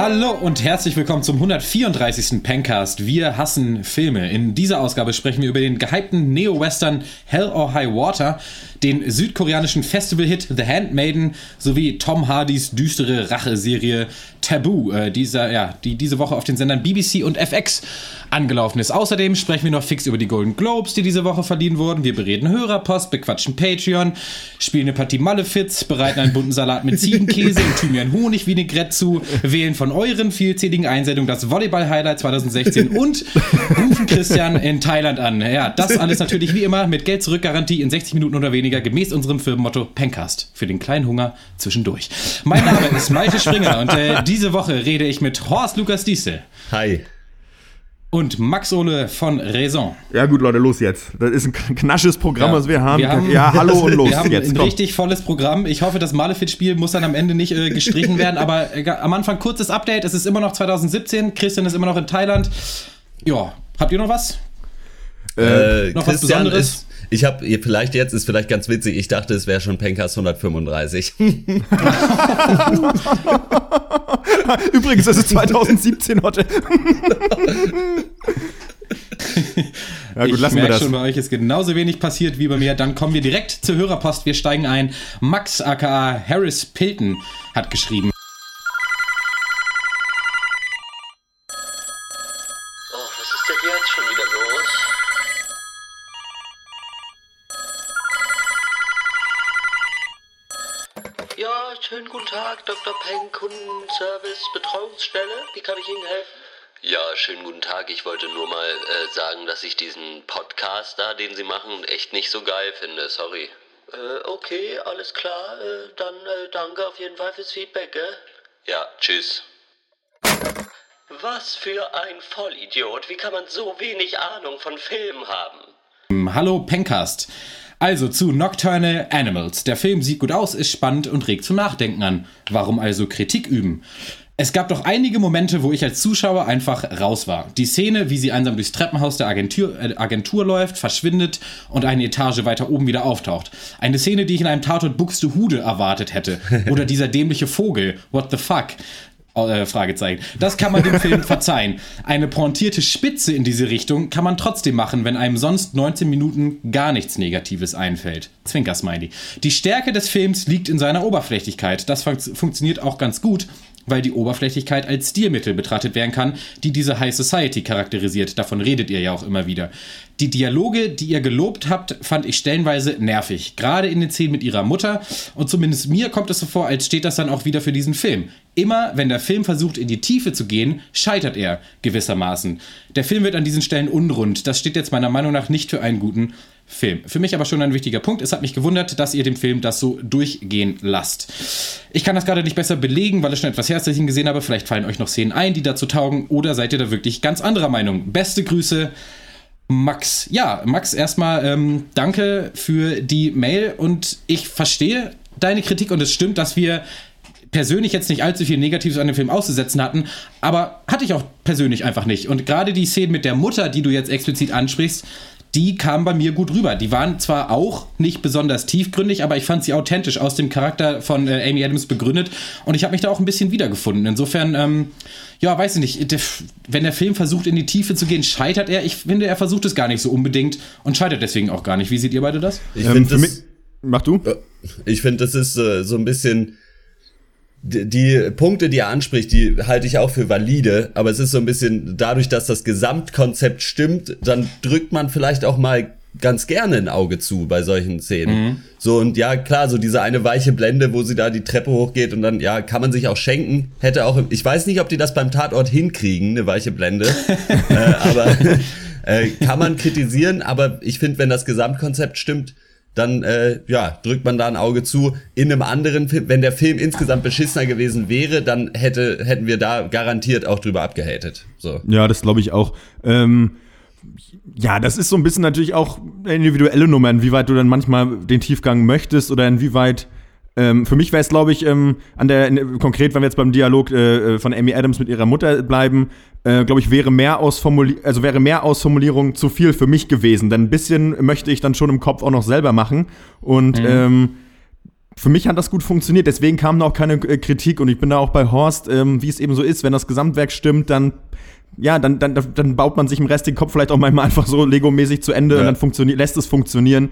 Hallo und herzlich willkommen zum 134. Pencast. Wir hassen Filme. In dieser Ausgabe sprechen wir über den gehypten Neo-Western Hell or High Water, den südkoreanischen Festival-Hit The Handmaiden sowie Tom Hardys düstere Racheserie Taboo, die diese Woche auf den Sendern BBC und FX angelaufen ist. Außerdem sprechen wir noch fix über die Golden Globes, die diese Woche verliehen wurden. Wir bereden Hörerpost, bequatschen Patreon, spielen eine Partie Malefiz, bereiten einen bunten Salat mit Ziegenkäse und Thymian Honig Vinaigrette zu, wählen von euren vielzähligen Einsendungen das Volleyball-Highlight 2016 und rufen Christian in Thailand an. Ja, das alles natürlich wie immer mit Geld-Zurück-Garantie in 60 Minuten oder weniger, gemäß unserem Firmenmotto Pencast. Für den kleinen Hunger zwischendurch. Mein Name ist Malte Springer und diese Woche rede ich mit Horst Lukas Diesel. Hi. Und Max Ole von Raison. Ja gut, Leute, los jetzt. Das ist ein knaschtes Programm, was wir haben. Ja, hallo und los. Wir haben jetzt, ein richtig volles Programm. Ich hoffe, das Malefiz-Spiel muss dann am Ende nicht gestrichen werden. Aber am Anfang kurzes Update. Es ist immer noch 2017. Christian ist immer noch in Thailand. Ja, habt ihr noch was? Noch was Besonderes? Ich habe vielleicht jetzt, ist vielleicht ganz witzig, ich dachte, es wäre schon Pencast 135. Übrigens, das ist 2017 heute. Ja gut, lassen wir das. Ich merke schon, bei euch ist genauso wenig passiert wie bei mir. Dann kommen wir direkt zur Hörerpost. Wir steigen ein. Max aka Harris Pilton hat geschrieben. Oh, was ist denn jetzt schon wieder los? Ja, schönen guten Tag, Dr. Peng, Kundenservice, Betreuungsstelle. Wie kann ich Ihnen helfen? Ja, schönen guten Tag. Ich wollte nur mal sagen, dass ich diesen Podcast da, den Sie machen, echt nicht so geil finde. Sorry. Okay, alles klar. Dann danke auf jeden Fall fürs Feedback, gell? Ja, tschüss. Was für ein Vollidiot. Wie kann man so wenig Ahnung von Filmen haben? Hallo Pencast. Also zu Nocturnal Animals. Der Film sieht gut aus, ist spannend und regt zum Nachdenken an. Warum also Kritik üben? Es gab doch einige Momente, wo ich als Zuschauer einfach raus war. Die Szene, wie sie einsam durchs Treppenhaus der Agentur läuft, verschwindet und eine Etage weiter oben wieder auftaucht. Eine Szene, die ich in einem Tatort Buxtehude erwartet hätte. Oder dieser dämliche Vogel. What the fuck? Fragezeichen. Das kann man dem Film verzeihen. Eine pointierte Spitze in diese Richtung kann man trotzdem machen, wenn einem sonst 19 Minuten gar nichts Negatives einfällt. Zwinker-Smiley. Die Stärke des Films liegt in seiner Oberflächlichkeit. Das funktioniert auch ganz gut, weil die Oberflächlichkeit als Stilmittel betrachtet werden kann, die diese High Society charakterisiert. Davon redet ihr ja auch immer wieder. Die Dialoge, die ihr gelobt habt, fand ich stellenweise nervig. Gerade in den Szenen mit ihrer Mutter. Und zumindest mir kommt es so vor, als steht das dann auch wieder für diesen Film. Immer, wenn der Film versucht, in die Tiefe zu gehen, scheitert er gewissermaßen. Der Film wird an diesen Stellen unrund. Das steht jetzt meiner Meinung nach nicht für einen guten Film. Für mich aber schon ein wichtiger Punkt. Es hat mich gewundert, dass ihr dem Film das so durchgehen lasst. Ich kann das gerade nicht besser belegen, weil ich schon etwas Herzliches gesehen habe. Vielleicht fallen euch noch Szenen ein, die dazu taugen. Oder seid ihr da wirklich ganz anderer Meinung? Beste Grüße, Max. Ja, Max, erstmal danke für die Mail. Und ich verstehe deine Kritik und es stimmt, dass wir persönlich jetzt nicht allzu viel Negatives an dem Film auszusetzen hatten, aber hatte ich auch persönlich einfach nicht. Und gerade die Szene mit der Mutter, die du jetzt explizit ansprichst, die kamen bei mir gut rüber. Die waren zwar auch nicht besonders tiefgründig, aber ich fand sie authentisch aus dem Charakter von Amy Adams begründet und ich habe mich da auch ein bisschen wiedergefunden. Insofern, weiß ich nicht, wenn der Film versucht, in die Tiefe zu gehen, scheitert er. Ich finde, er versucht es gar nicht so unbedingt und scheitert deswegen auch gar nicht. Wie seht ihr beide das? Ich finde das... Mach du? Ich finde, das ist so ein bisschen... Die Punkte, die er anspricht, die halte ich auch für valide, aber es ist so ein bisschen dadurch, dass das Gesamtkonzept stimmt, dann drückt man vielleicht auch mal ganz gerne ein Auge zu bei solchen Szenen. Mhm. So, und ja, klar, so diese eine weiche Blende, wo sie da die Treppe hochgeht und dann, ja, kann man sich auch schenken. Hätte auch, ich weiß nicht, ob die das beim Tatort hinkriegen, eine weiche Blende, aber kann man kritisieren, aber ich finde, wenn das Gesamtkonzept stimmt, dann drückt man da ein Auge zu. In einem anderen Film, wenn der Film insgesamt beschissener gewesen wäre, dann hätten wir da garantiert auch drüber abgehatet. So. Ja, das glaube ich auch. Das ist so ein bisschen natürlich auch eine individuelle Nummer, inwieweit du dann manchmal den Tiefgang möchtest oder inwieweit für mich wäre es, glaube ich, konkret, wenn wir jetzt beim Dialog von Amy Adams mit ihrer Mutter bleiben, glaube ich, wäre mehr Ausformulierung zu viel für mich gewesen. Denn ein bisschen möchte ich dann schon im Kopf auch noch selber machen. Und für mich hat das gut funktioniert, deswegen kam da auch keine Kritik und ich bin da auch bei Horst, wie es eben so ist, wenn das Gesamtwerk stimmt, dann baut man sich im Rest den Kopf vielleicht auch manchmal einfach so Lego-mäßig zu Ende und dann lässt es funktionieren.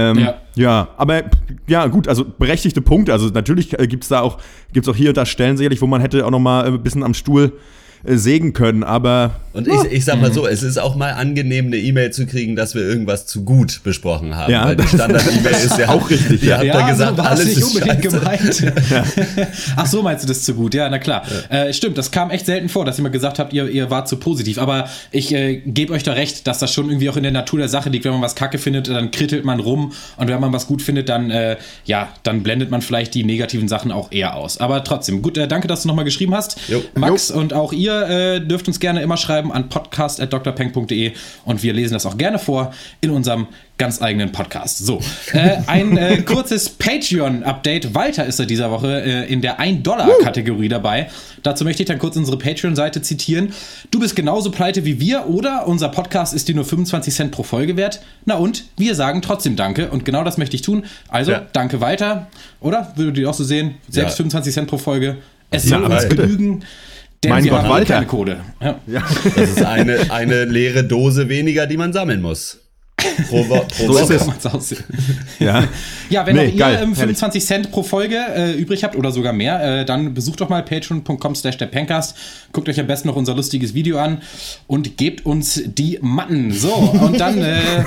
Aber gut, also berechtigte Punkte. Also natürlich gibt's auch hier und da Stellen sicherlich, wo man hätte auch noch mal ein bisschen am Stuhl sägen können, aber... Und ich sag mal so, es ist auch mal angenehm, eine E-Mail zu kriegen, dass wir irgendwas zu gut besprochen haben. Ja, weil die Standard-E-Mail ist ja auch richtig. Ihr habt da gesagt, so alles nicht ist unbedingt scheiße. gemeint. Ach so, meinst du das zu gut? Ja, na klar. Stimmt, das kam echt selten vor, dass ihr mal gesagt habt, ihr wart zu positiv. Aber ich gebe euch da recht, dass das schon irgendwie auch in der Natur der Sache liegt. Wenn man was Kacke findet, dann krittelt man rum. Und wenn man was gut findet, dann blendet man vielleicht die negativen Sachen auch eher aus. Aber trotzdem, gut, danke, dass du nochmal geschrieben hast. Jo. Max und auch ihr dürft uns gerne immer schreiben an podcast@drpeng.de und wir lesen das auch gerne vor in unserem ganz eigenen Podcast. So, ein kurzes Patreon-Update. Walter ist seit dieser Woche in der $1-Kategorie dabei. Dazu möchte ich dann kurz unsere Patreon-Seite zitieren. Du bist genauso pleite wie wir oder unser Podcast ist dir nur 25 Cent pro Folge wert. Na und? Wir sagen trotzdem Danke und genau das möchte ich tun. Also, danke Walter. Oder? Würdet ihr auch so sehen? Selbst 25 Cent pro Folge. Es soll uns genügen. Denn mein wir Gott, haben Walter. keine Kohle. Ja. Das ist eine leere Dose weniger, die man sammeln muss. Pro So ist es. Kann man's aussehen. Ja, Ja, wenn auch ihr geil, 25 Cent pro Folge übrig habt oder sogar mehr, dann besucht doch mal patreon.com/derpencast, guckt euch am besten noch unser lustiges Video an und gebt uns die Matten. So, und dann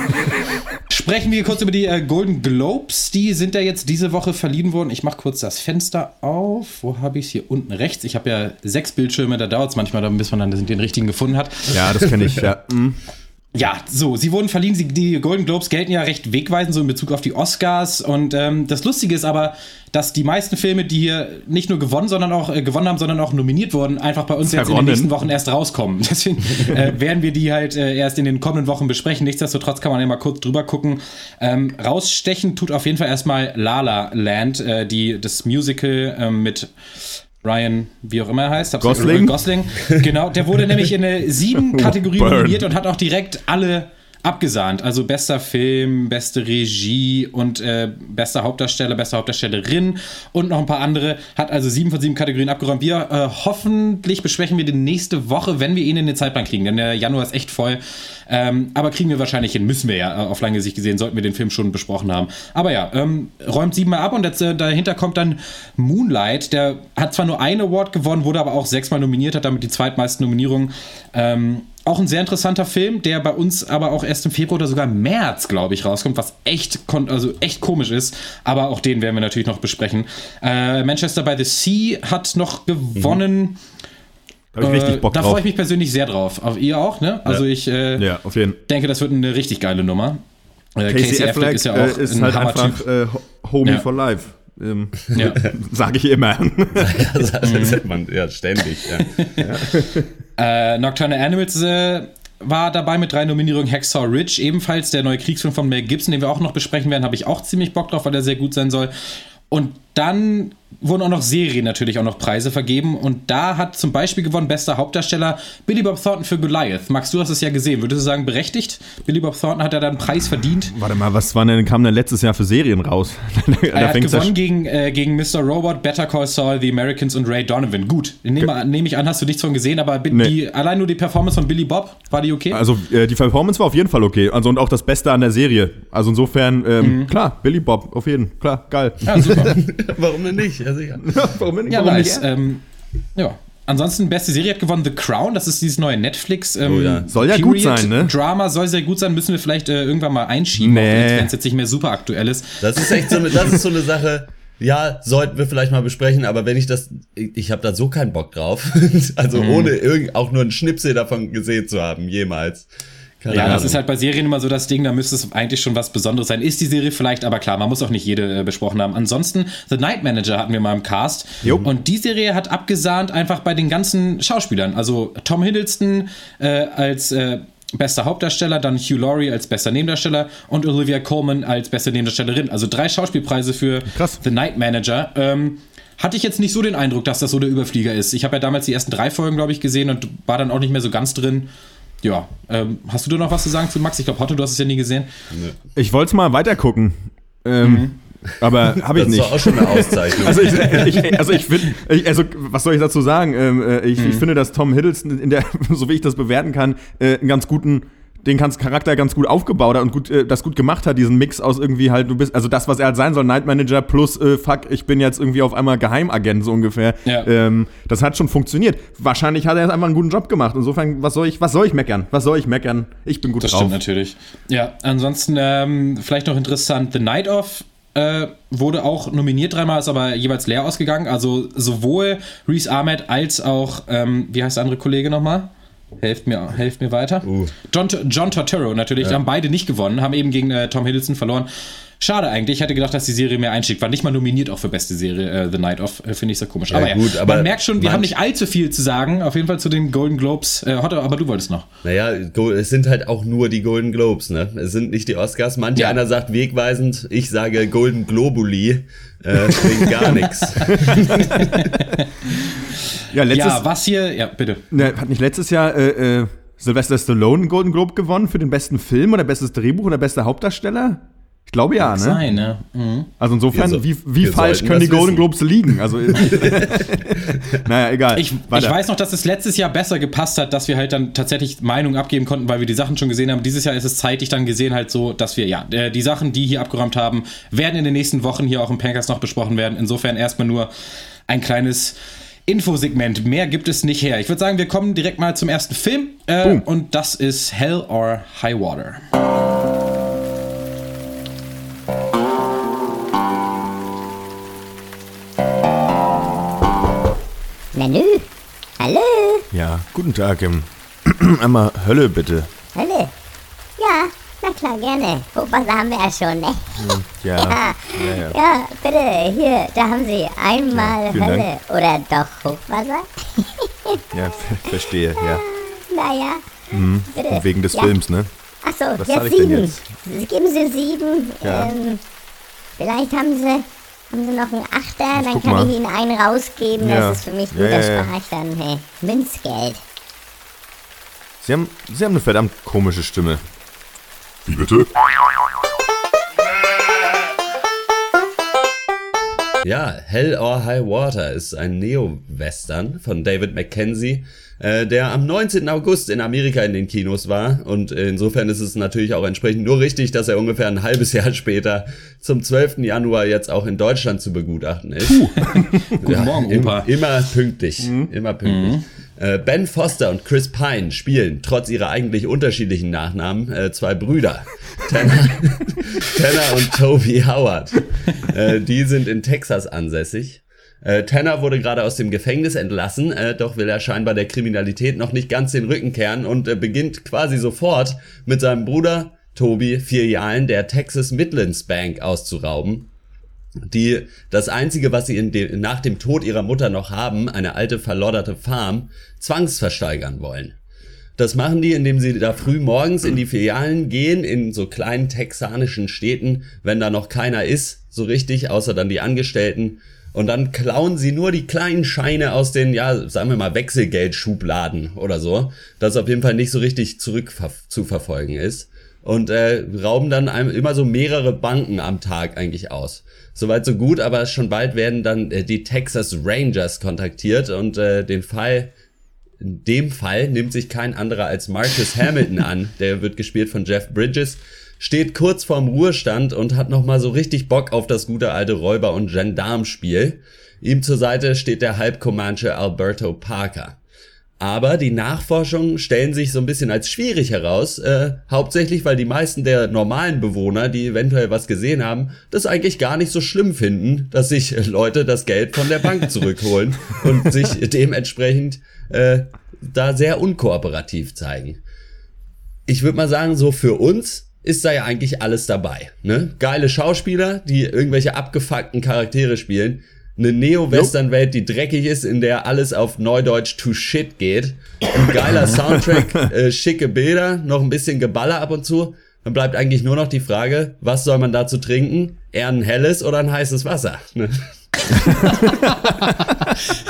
sprechen wir kurz über die Golden Globes. Die sind ja jetzt diese Woche verliehen worden. Ich mache kurz das Fenster auf. Wo habe ich es? Hier unten rechts. Ich habe ja 6 Bildschirme, da dauert es manchmal, bis man dann den richtigen gefunden hat. ja, das kenne ich, ja. Ja, so, sie wurden verliehen, die Golden Globes gelten ja recht wegweisend, so in Bezug auf die Oscars und das Lustige ist aber, dass die meisten Filme, die hier nicht nur gewonnen haben, sondern auch nominiert wurden, einfach bei uns jetzt in den nächsten Wochen erst rauskommen. Deswegen werden wir die halt erst in den kommenden Wochen besprechen. Nichtsdestotrotz kann man ja mal kurz drüber gucken. Rausstechen tut auf jeden Fall erstmal La La Land, das Musical mit Ryan, wie auch immer er heißt. Gosling. Genau, der wurde nämlich in 7 Kategorien nominiert und hat auch direkt alle abgesahnt. Also bester Film, beste Regie und bester Hauptdarsteller, beste Hauptdarstellerin und noch ein paar andere. Hat also 7 von 7 Kategorien abgeräumt. Wir hoffentlich besprechen wir den nächste Woche, wenn wir ihn in den Zeitplan kriegen. Denn der Januar ist echt voll. Aber kriegen wir wahrscheinlich hin. Müssen wir ja auf lange Sicht gesehen, sollten wir den Film schon besprochen haben. Aber ja, räumt 7 mal ab und dahinter kommt dann Moonlight. Der hat zwar nur einen Award gewonnen, wurde aber auch 6-mal nominiert, hat damit die zweitmeisten Nominierungen. Auch ein sehr interessanter Film, der bei uns aber auch erst im Februar oder sogar März, glaube ich, rauskommt, was echt komisch ist. Aber auch den werden wir natürlich noch besprechen. Manchester by the Sea hat noch gewonnen. Da habe ich richtig Bock drauf. Da freue ich mich persönlich sehr drauf. Auf ihr auch, ne? Also ich auf jeden. denke, das wird eine richtig geile Nummer. Casey Affleck ist ja auch ist ein halt einfach Homie for Life. Sage ich immer. Das sagt man ständig. Nocturnal Animals war dabei mit 3 Nominierungen. Hacksaw Ridge ebenfalls, der neue Kriegsfilm von Mel Gibson, den wir auch noch besprechen werden, habe ich auch ziemlich Bock drauf, weil der sehr gut sein soll. Und dann wurden auch noch Serien natürlich auch noch Preise vergeben. Und da hat zum Beispiel gewonnen bester Hauptdarsteller Billy Bob Thornton für Goliath. Max, du hast es ja gesehen. Würdest du sagen, berechtigt? Billy Bob Thornton hat ja da einen Preis verdient. Warte mal, was kam denn letztes Jahr für Serien raus? Er hat gewonnen gegen Mr. Robot, Better Call Saul, The Americans und Ray Donovan. Gut, nehme ich an, hast du nichts von gesehen, aber allein nur die Performance von Billy Bob, war die okay? Also die Performance war auf jeden Fall okay. Also und auch das Beste an der Serie. Also insofern, klar, Billy Bob, auf jeden Fall. Klar, geil. Ja, super. Warum denn nicht? Ja, sicher. Warum denn nicht? Ja, nice. Ansonsten, beste Serie hat gewonnen The Crown, das ist dieses neue Netflix. Soll ja gut sein, ne? Drama soll sehr gut sein, müssen wir vielleicht irgendwann mal einschieben, wenn es jetzt nicht mehr super aktuell ist. Das ist echt so eine Sache, ja, sollten wir vielleicht mal besprechen, aber wenn ich habe da so keinen Bock drauf, also ohne auch nur einen Schnipsel davon gesehen zu haben, jemals. Ja, das ist halt bei Serien immer so das Ding, da müsste es eigentlich schon was Besonderes sein. Ist die Serie vielleicht, aber klar, man muss auch nicht jede besprochen haben. Ansonsten, The Night Manager hatten wir mal im Cast. Jo. Und die Serie hat abgesahnt einfach bei den ganzen Schauspielern. Also Tom Hiddleston als bester Hauptdarsteller, dann Hugh Laurie als bester Nebendarsteller und Olivia Colman als beste Nebendarstellerin. Also 3 Schauspielpreise für The Night Manager. Hatte ich jetzt nicht so den Eindruck, dass das so der Überflieger ist. Ich habe ja damals die ersten 3 Folgen, glaube ich, gesehen und war dann auch nicht mehr so ganz drin. Ja, hast du da noch was zu sagen zu Max? Ich glaube, Hotte, du hast es ja nie gesehen. Ich wollte es mal weitergucken. Aber habe ich nicht. Das war auch schon eine Auszeichnung. Also ich finde, was soll ich dazu sagen? Ich finde, dass Tom Hiddleston so wie ich das bewerten kann, einen ganz guten, den Charakter ganz gut aufgebaut hat und das gut gemacht hat, diesen Mix aus irgendwie halt, also das, was er halt sein soll, Night Manager plus, ich bin jetzt irgendwie auf einmal Geheimagent, so ungefähr. Ja. Das hat schon funktioniert. Wahrscheinlich hat er jetzt einfach einen guten Job gemacht. Insofern, was soll ich meckern? Ich bin gut drauf. Das stimmt natürlich. Ja, ansonsten vielleicht noch interessant, The Night Of wurde auch nominiert 3-mal, ist aber jeweils leer ausgegangen. Also sowohl Riz Ahmed als auch, wie heißt der andere Kollege nochmal? Helft mir weiter. John Turturro natürlich, haben beide nicht gewonnen, haben eben gegen Tom Hiddleston verloren. Schade eigentlich, ich hätte gedacht, dass die Serie mehr einschlägt. War nicht mal nominiert auch für beste Serie, The Night Of, finde ich sehr komisch. Aber gut, aber man merkt schon, wir haben nicht allzu viel zu sagen, auf jeden Fall zu den Golden Globes. Hotte, aber du wolltest noch. Naja, es sind halt auch nur die Golden Globes, ne? Es sind nicht die Oscars. Einer sagt wegweisend, ich sage Golden Globuli, bringt gar nichts. Bitte. Ne, hat nicht letztes Jahr Sylvester Stallone einen Golden Globe gewonnen für den besten Film oder bestes Drehbuch oder bester Hauptdarsteller? Ich glaube ja, ne? Sein, ne? Mhm. Also insofern, wie falsch können die Golden Globes liegen? Also, naja, egal. Ich weiß noch, dass es letztes Jahr besser gepasst hat, dass wir halt dann tatsächlich Meinungen abgeben konnten, weil wir die Sachen schon gesehen haben. Dieses Jahr ist es zeitig dann gesehen halt so, dass wir, die Sachen, die hier abgeräumt haben, werden in den nächsten Wochen hier auch im Pancast noch besprochen werden. Insofern erstmal nur ein kleines Infosegment. Mehr gibt es nicht her. Ich würde sagen, wir kommen direkt mal zum ersten Film. Und das ist Hell or High Water. Nanu, hallo? Ja, guten Tag. Einmal Hölle, bitte. Hölle? Ja, na klar, gerne. Hochwasser haben wir ja schon, ne? Ja. Ja, bitte, hier, da haben Sie einmal Hölle. Dank. Oder doch Hochwasser? Ja, verstehe, ja. Naja, bitte. Und wegen des Films, ne? Achso, Was ja, zahle ich denn 7. jetzt? Geben Sie 7. Ja. Vielleicht haben Sie noch einen Achter, dann guck kann mal. ich Ihnen einen rausgeben. Ja. Das ist für mich gut, Ja, da ja. spare ich dann Münzgeld. Sie haben eine verdammt komische Stimme. Wie bitte? Ja, Hell or High Water ist ein Neo-Western von David Mackenzie, der am 19. August in Amerika in den Kinos war. Und insofern ist es natürlich auch entsprechend nur richtig, dass er ungefähr ein halbes Jahr später zum 12. Januar jetzt auch in Deutschland zu begutachten ist. Guten Morgen, Opa. Immer pünktlich, immer pünktlich. Ben Foster und Chris Pine spielen, trotz ihrer eigentlich unterschiedlichen Nachnamen, zwei Brüder. Tanner und Toby Howard. Die sind in Texas ansässig. Tanner wurde gerade aus dem Gefängnis entlassen, doch will er scheinbar der Kriminalität noch nicht ganz den Rücken kehren und beginnt quasi sofort mit seinem Bruder Toby Filialen der Texas Midlands Bank auszurauben. Die das Einzige, was sie nach dem Tod ihrer Mutter noch haben, eine alte verlodderte Farm, zwangsversteigern wollen. Das machen die, indem sie da früh morgens in die Filialen gehen, in so kleinen texanischen Städten, wenn da noch keiner ist, so richtig, außer dann die Angestellten. Und dann klauen sie nur die kleinen Scheine aus den, sagen wir mal, Wechselgeldschubladen oder so, das auf jeden Fall nicht so richtig zurück zu verfolgen ist. Und rauben dann immer so mehrere Banken am Tag eigentlich aus. Soweit so gut, aber schon bald werden dann die Texas Rangers kontaktiert und in dem Fall nimmt sich kein anderer als Marcus Hamilton an. Der wird gespielt von Jeff Bridges, steht kurz vorm Ruhestand und hat nochmal so richtig Bock auf das gute alte Räuber- und Gendarmspiel. Ihm zur Seite steht der Halb-Comanche Alberto Parker. Aber die Nachforschungen stellen sich so ein bisschen als schwierig heraus, hauptsächlich weil die meisten der normalen Bewohner, die eventuell was gesehen haben, das eigentlich gar nicht so schlimm finden, dass sich Leute das Geld von der Bank zurückholen und sich dementsprechend da sehr unkooperativ zeigen. Ich würde mal sagen, so für uns ist da ja eigentlich alles dabei, ne? Geile Schauspieler, die irgendwelche abgefuckten Charaktere spielen. Eine Neo-Western-Welt, die dreckig ist, in der alles auf Neudeutsch to shit geht. Ein geiler Soundtrack, schicke Bilder, noch ein bisschen Geballer ab und zu. Dann bleibt eigentlich nur noch die Frage, was soll man dazu trinken? Eher ein helles oder ein heißes Wasser? Ne?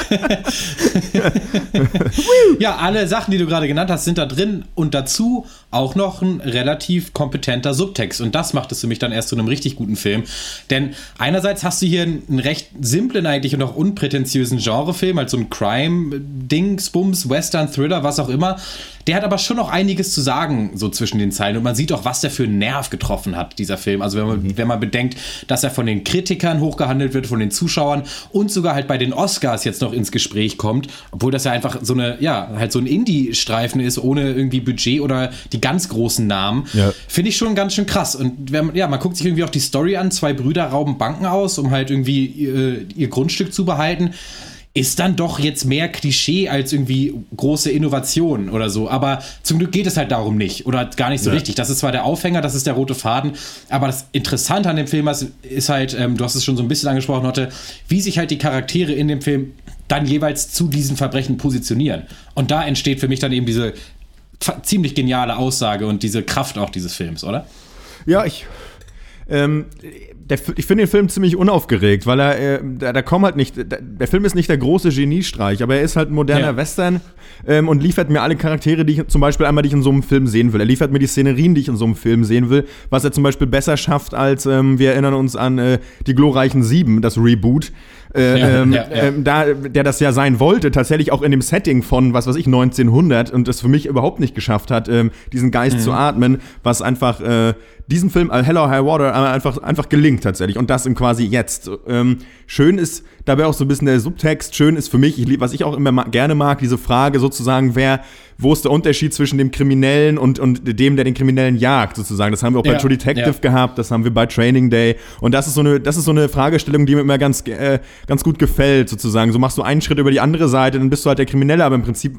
Ja, alle Sachen, die du gerade genannt hast, sind da drin und dazu auch noch ein relativ kompetenter Subtext. Und das macht es für mich dann erst zu einem richtig guten Film. Denn einerseits hast du hier einen recht simplen eigentlich und auch unprätentiösen Genrefilm, halt so ein Crime-Dingsbums, Western, Thriller, was auch immer. Der hat aber schon noch einiges zu sagen, so zwischen den Zeilen. Und man sieht auch, was der für einen Nerv getroffen hat, dieser Film. Also wenn man bedenkt, dass er von den Kritikern hochgehandelt wird, von den Zuschauern und sogar halt bei den Oscars jetzt noch ins Gespräch kommt, obwohl das ja einfach so halt so ein Indie-Streifen ist, ohne irgendwie Budget oder die ganz großen Namen. Ja. Finde ich schon ganz schön krass. Und man guckt sich irgendwie auch die Story an. 2 Brüder rauben Banken aus, um halt irgendwie ihr Grundstück zu behalten. Ist dann doch jetzt mehr Klischee als irgendwie große Innovation oder so. Aber zum Glück geht es halt darum nicht. Oder gar nicht so richtig. Das ist zwar der Aufhänger, das ist der rote Faden. Aber das Interessante an dem Film ist halt, du hast es schon so ein bisschen angesprochen, Lotte, wie sich halt die Charaktere in dem Film dann jeweils zu diesen Verbrechen positionieren. Und da entsteht für mich dann eben diese ziemlich geniale Aussage und diese Kraft auch dieses Films, oder? Ja, ich finde den Film ziemlich unaufgeregt, weil da kommt halt nicht, der Film ist nicht der große Geniestreich, aber er ist halt ein moderner Western und liefert mir alle Charaktere, die ich zum Beispiel die ich in so einem Film sehen will. Er liefert mir die Szenerien, die ich in so einem Film sehen will, was er zum Beispiel besser schafft als, wir erinnern uns an die glorreichen 7, das Reboot, der das ja sein wollte, tatsächlich auch in dem Setting von, 1900 und das für mich überhaupt nicht geschafft hat, diesen Geist zu atmen, was einfach diesen Film, Hell or High Water, einfach gelingt tatsächlich. Und das quasi jetzt. Schön ist dabei auch so ein bisschen der Subtext. Schön ist für mich, was ich auch immer gerne mag, diese Frage sozusagen, wo ist der Unterschied zwischen dem Kriminellen und dem, der den Kriminellen jagt, sozusagen. Das haben wir auch bei True Detective gehabt, das haben wir bei Training Day. Und das ist so eine Fragestellung, die mir immer ganz gut gefällt, sozusagen. So machst du einen Schritt über die andere Seite, dann bist du halt der Kriminelle, aber im Prinzip,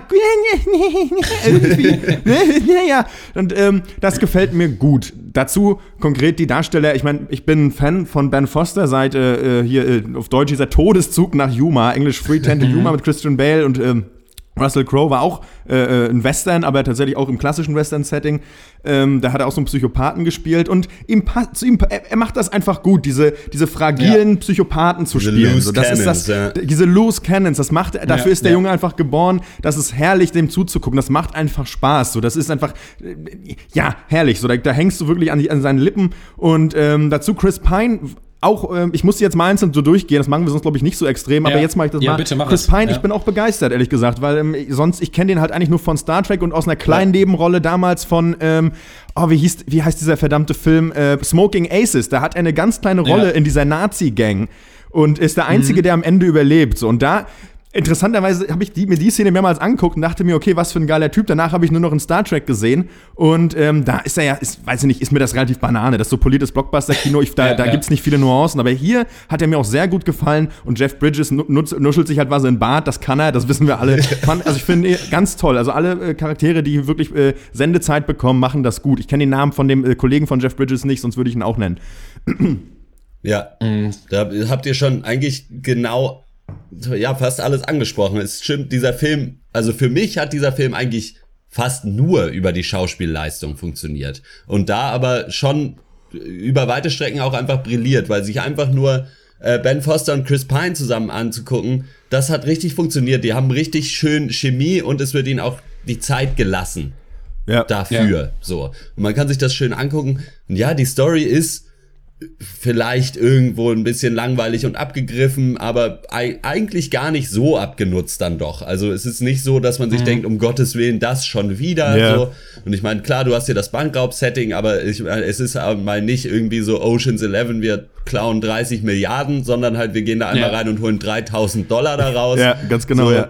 irgendwie, und das gefällt mir gut. Dazu konkret die Darsteller, ich meine, ich bin ein Fan von Ben Foster seit hier auf Deutsch dieser Todeszug nach Yuma, Englisch 3:10 to Yuma mit Christian Bale und Russell Crowe war auch ein Western, aber tatsächlich auch im klassischen Western-Setting. Da hat er auch so einen Psychopathen gespielt und er macht das einfach gut, diese fragilen Psychopathen zu spielen. So, das Cannons, ist diese Loose Cannons, das macht, dafür ist der Junge einfach geboren. Das ist herrlich, dem zuzugucken. Das macht einfach Spaß. So, das ist einfach, herrlich. So, da hängst du wirklich an seinen Lippen und dazu Chris Pine. Auch, ich musste jetzt mal einzeln so durchgehen, das machen wir sonst, glaube ich, nicht so extrem, aber jetzt mache ich das mal. Bitte, mach Chris Pine, ich bin auch begeistert, ehrlich gesagt, weil ich kenne den halt eigentlich nur von Star Trek und aus einer kleinen Nebenrolle damals von, wie heißt dieser verdammte Film? Smoking Aces, da hat er eine ganz kleine Rolle in dieser Nazi-Gang und ist der Einzige, der am Ende überlebt. So, und da interessanterweise habe ich mir die Szene mehrmals angeguckt und dachte mir, okay, was für ein geiler Typ. Danach habe ich nur noch in Star Trek gesehen und da ist er weiß ich nicht, ist mir das relativ Banane. Das ist so politisches Blockbuster-Kino, da gibt's nicht viele Nuancen, aber hier hat er mir auch sehr gut gefallen und Jeff Bridges nuschelt sich halt was in den Bart, das kann er, das wissen wir alle. Also ich finde ganz toll, also alle Charaktere, die wirklich Sendezeit bekommen, machen das gut. Ich kenne den Namen von dem Kollegen von Jeff Bridges nicht, sonst würde ich ihn auch nennen. Ja, da habt ihr schon eigentlich genau fast alles angesprochen. Es stimmt, dieser Film, also für mich hat dieser Film eigentlich fast nur über die Schauspielleistung funktioniert. Und da aber schon über weite Strecken auch einfach brilliert, weil sich einfach nur Ben Foster und Chris Pine zusammen anzugucken, das hat richtig funktioniert. Die haben richtig schön Chemie und es wird ihnen auch die Zeit gelassen dafür. Ja. So. Und man kann sich das schön angucken. Und die Story ist vielleicht irgendwo ein bisschen langweilig und abgegriffen, aber eigentlich gar nicht so abgenutzt dann doch. Also es ist nicht so, dass man sich denkt, um Gottes Willen, das schon wieder. So. Und ich meine, klar, du hast hier das Bankraub-Setting, aber es ist mal nicht irgendwie so Ocean's 11, wir klauen 30 Milliarden, sondern halt, wir gehen da einmal rein und holen $3.000 da raus. Ja, ganz genau, so.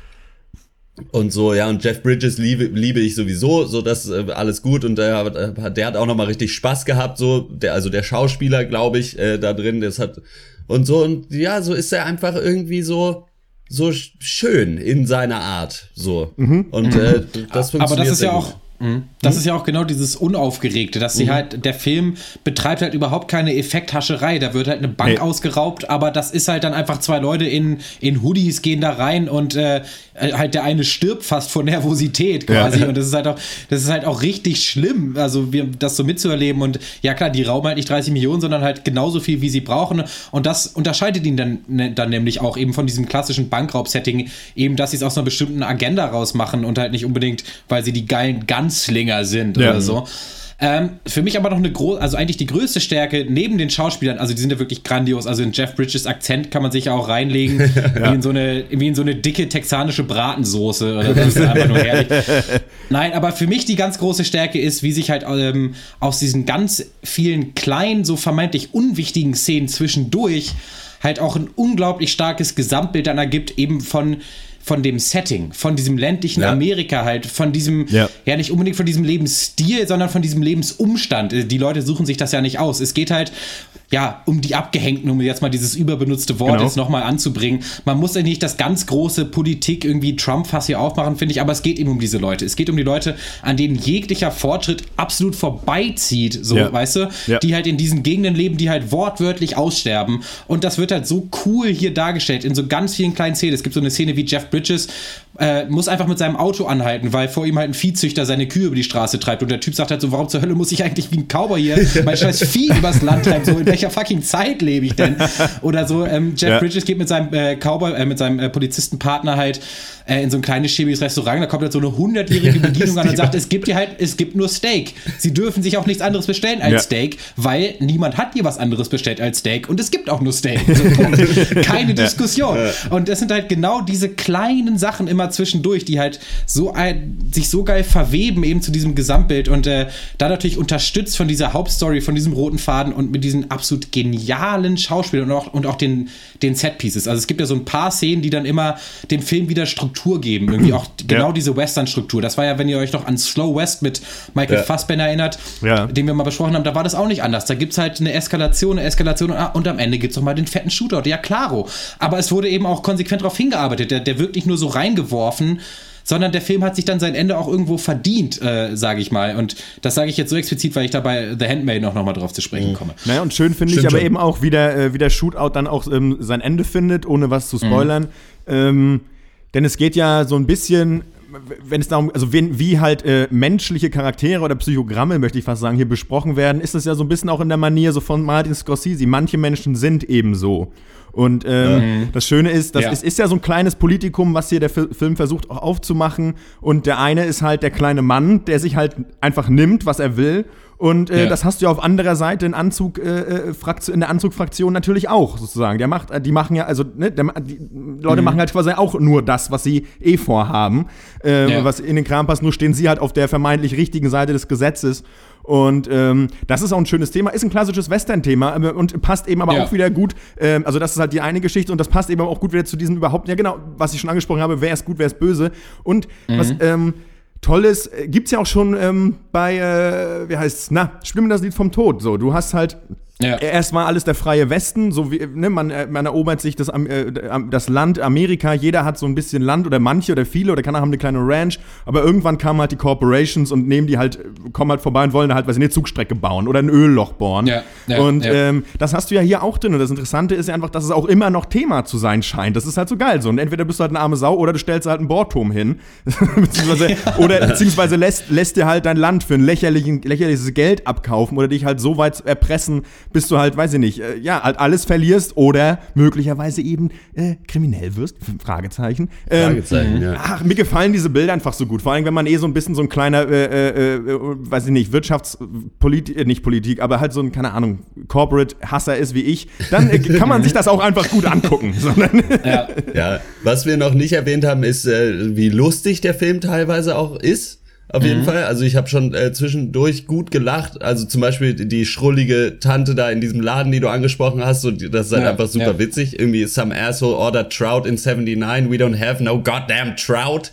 Und so, und Jeff Bridges liebe ich sowieso, so das alles gut und der hat auch nochmal richtig Spaß gehabt, so, der Schauspieler, glaube ich, da drin, das hat, und so, und so ist er einfach irgendwie so schön in seiner Art, so. Und das funktioniert. Aber das ist sehr ja gut. auch, das ist ja auch genau dieses Unaufgeregte, dass sie halt, der Film betreibt halt überhaupt keine Effekthascherei, da wird halt eine Bank ausgeraubt, aber das ist halt dann einfach 2 Leute in Hoodies gehen da rein und halt der eine stirbt fast vor Nervosität quasi und das ist halt auch richtig schlimm, also das so mitzuerleben und ja klar, die rauben halt nicht 30 Millionen, sondern halt genauso viel, wie sie brauchen und das unterscheidet ihn dann nämlich auch eben von diesem klassischen Bankraub-Setting, eben, dass sie es aus einer bestimmten Agenda rausmachen und halt nicht unbedingt, weil sie die geilen Guns Ganzlinger sind oder so. Für mich aber noch also eigentlich die größte Stärke neben den Schauspielern, also die sind ja wirklich grandios, also in Jeff Bridges Akzent kann man sich ja auch reinlegen, wie in so eine dicke texanische Bratensoße, oder das ist einfach nur herrlich. Nein, aber für mich die ganz große Stärke ist, wie sich halt aus diesen ganz vielen kleinen, so vermeintlich unwichtigen Szenen zwischendurch halt auch ein unglaublich starkes Gesamtbild dann ergibt, eben von dem Setting, von diesem ländlichen Amerika halt, von diesem, ja nicht unbedingt von diesem Lebensstil, sondern von diesem Lebensumstand. Die Leute suchen sich das ja nicht aus. Es geht halt, ja, um die Abgehängten, um jetzt mal dieses überbenutzte Wort jetzt nochmal anzubringen. Man muss ja nicht das ganz große Politik irgendwie Trump-Fass hier aufmachen, finde ich, aber es geht eben um diese Leute. Es geht um die Leute, an denen jeglicher Fortschritt absolut vorbeizieht, so, weißt du? Ja. Die halt in diesen Gegenden leben, die halt wortwörtlich aussterben. Und das wird halt so cool hier dargestellt, in so ganz vielen kleinen Szenen. Es gibt so eine Szene, wie Jeff Bridges muss einfach mit seinem Auto anhalten, weil vor ihm halt ein Viehzüchter seine Kühe über die Straße treibt. Und der Typ sagt halt so, warum zur Hölle muss ich eigentlich wie ein Cowboy hier mein scheiß Vieh übers Land treiben? So, in welcher fucking Zeit lebe ich denn? Oder so, Jeff Bridges geht mit seinem mit seinem Polizistenpartner halt in so ein kleines schäbiges Restaurant, da kommt halt so eine 100-jährige Bedienung an und sagt, es gibt nur Steak. Sie dürfen sich auch nichts anderes bestellen als Steak, weil niemand hat hier was anderes bestellt als Steak und es gibt auch nur Steak. So, keine Diskussion. Und das sind halt genau diese kleinen Sachen immer zwischendurch, die halt sich so geil verweben eben zu diesem Gesamtbild und da natürlich unterstützt von dieser Hauptstory, von diesem roten Faden und mit diesen absolut genialen Schauspielern und auch den Setpieces. Also es gibt ja so ein paar Szenen, die dann immer dem Film wieder Struktur geben, irgendwie auch genau diese Western-Struktur. Das war ja, wenn ihr euch noch an Slow West mit Michael Fassbender erinnert, den wir mal besprochen haben, da war das auch nicht anders. Da gibt's halt eine Eskalation und am Ende gibt's noch mal den fetten Shootout. Ja, klaro. Aber es wurde eben auch konsequent darauf hingearbeitet. Der wirkt nicht nur so reingeworfen, sondern der Film hat sich dann sein Ende auch irgendwo verdient, sage ich mal. Und das sage ich jetzt so explizit, weil ich da bei The Handmaid noch mal drauf zu sprechen komme. Naja, und schön finde ich aber eben auch, wie der Shootout dann auch sein Ende findet, ohne was zu spoilern. Denn es geht ja so ein bisschen, wenn es darum, also wie halt menschliche Charaktere oder Psychogramme, möchte ich fast sagen, hier besprochen werden, ist es ja so ein bisschen auch in der Manier so von Martin Scorsese. Manche Menschen sind eben so. Und das Schöne ist, es ist ja so ein kleines Politikum, was hier der Film versucht auch aufzumachen. Und der eine ist halt der kleine Mann, der sich halt einfach nimmt, was er will. Und das hast du ja auf anderer Seite in der Anzugfraktion natürlich auch, sozusagen. Die machen ja, also die Leute machen halt quasi auch nur das, was sie vorhaben, was in den Kram passt, nur stehen sie halt auf der vermeintlich richtigen Seite des Gesetzes. Und das ist auch ein schönes Thema, ist ein klassisches Western-Thema und passt eben aber auch wieder gut, also das ist halt die eine Geschichte und das passt eben auch gut wieder zu diesem überhaupt, ja genau, was ich schon angesprochen habe, wer ist gut, wer ist böse. Und was Tolles gibt's ja auch schon bei, wie heißt's, Spiel mir das Lied vom Tod. So, du hast halt erst mal alles der freie Westen, so wie, man erobert sich das Land Amerika, jeder hat so ein bisschen Land oder manche oder viele oder haben eine kleine Ranch, aber irgendwann kamen halt die Corporations und kommen halt vorbei und wollen da halt, eine Zugstrecke bauen oder ein Ölloch bohren. Das hast du ja hier auch drin und das Interessante ist ja einfach, dass es auch immer noch Thema zu sein scheint. Das ist halt so geil so und entweder bist du halt eine arme Sau oder du stellst halt einen Bohrturm hin, beziehungsweise lässt dir halt dein Land für ein lächerliches Geld abkaufen oder dich halt so weit erpressen, bis du halt, weiß ich nicht, halt alles verlierst oder möglicherweise eben kriminell wirst, Fragezeichen. Ach, mir gefallen diese Bilder einfach so gut, vor allem, wenn man so ein bisschen so ein kleiner, weiß ich nicht, nicht Politik, aber halt so ein, keine Ahnung, Corporate-Hasser ist wie ich, dann kann man sich das auch einfach gut angucken. Was wir noch nicht erwähnt haben, ist, wie lustig der Film teilweise auch ist. Auf jeden Fall. Also ich habe schon zwischendurch gut gelacht. Also zum Beispiel die schrullige Tante da in diesem Laden, die du angesprochen hast. Und das ist halt einfach super witzig. Irgendwie some asshole ordered trout in 79. We don't have no goddamn trout.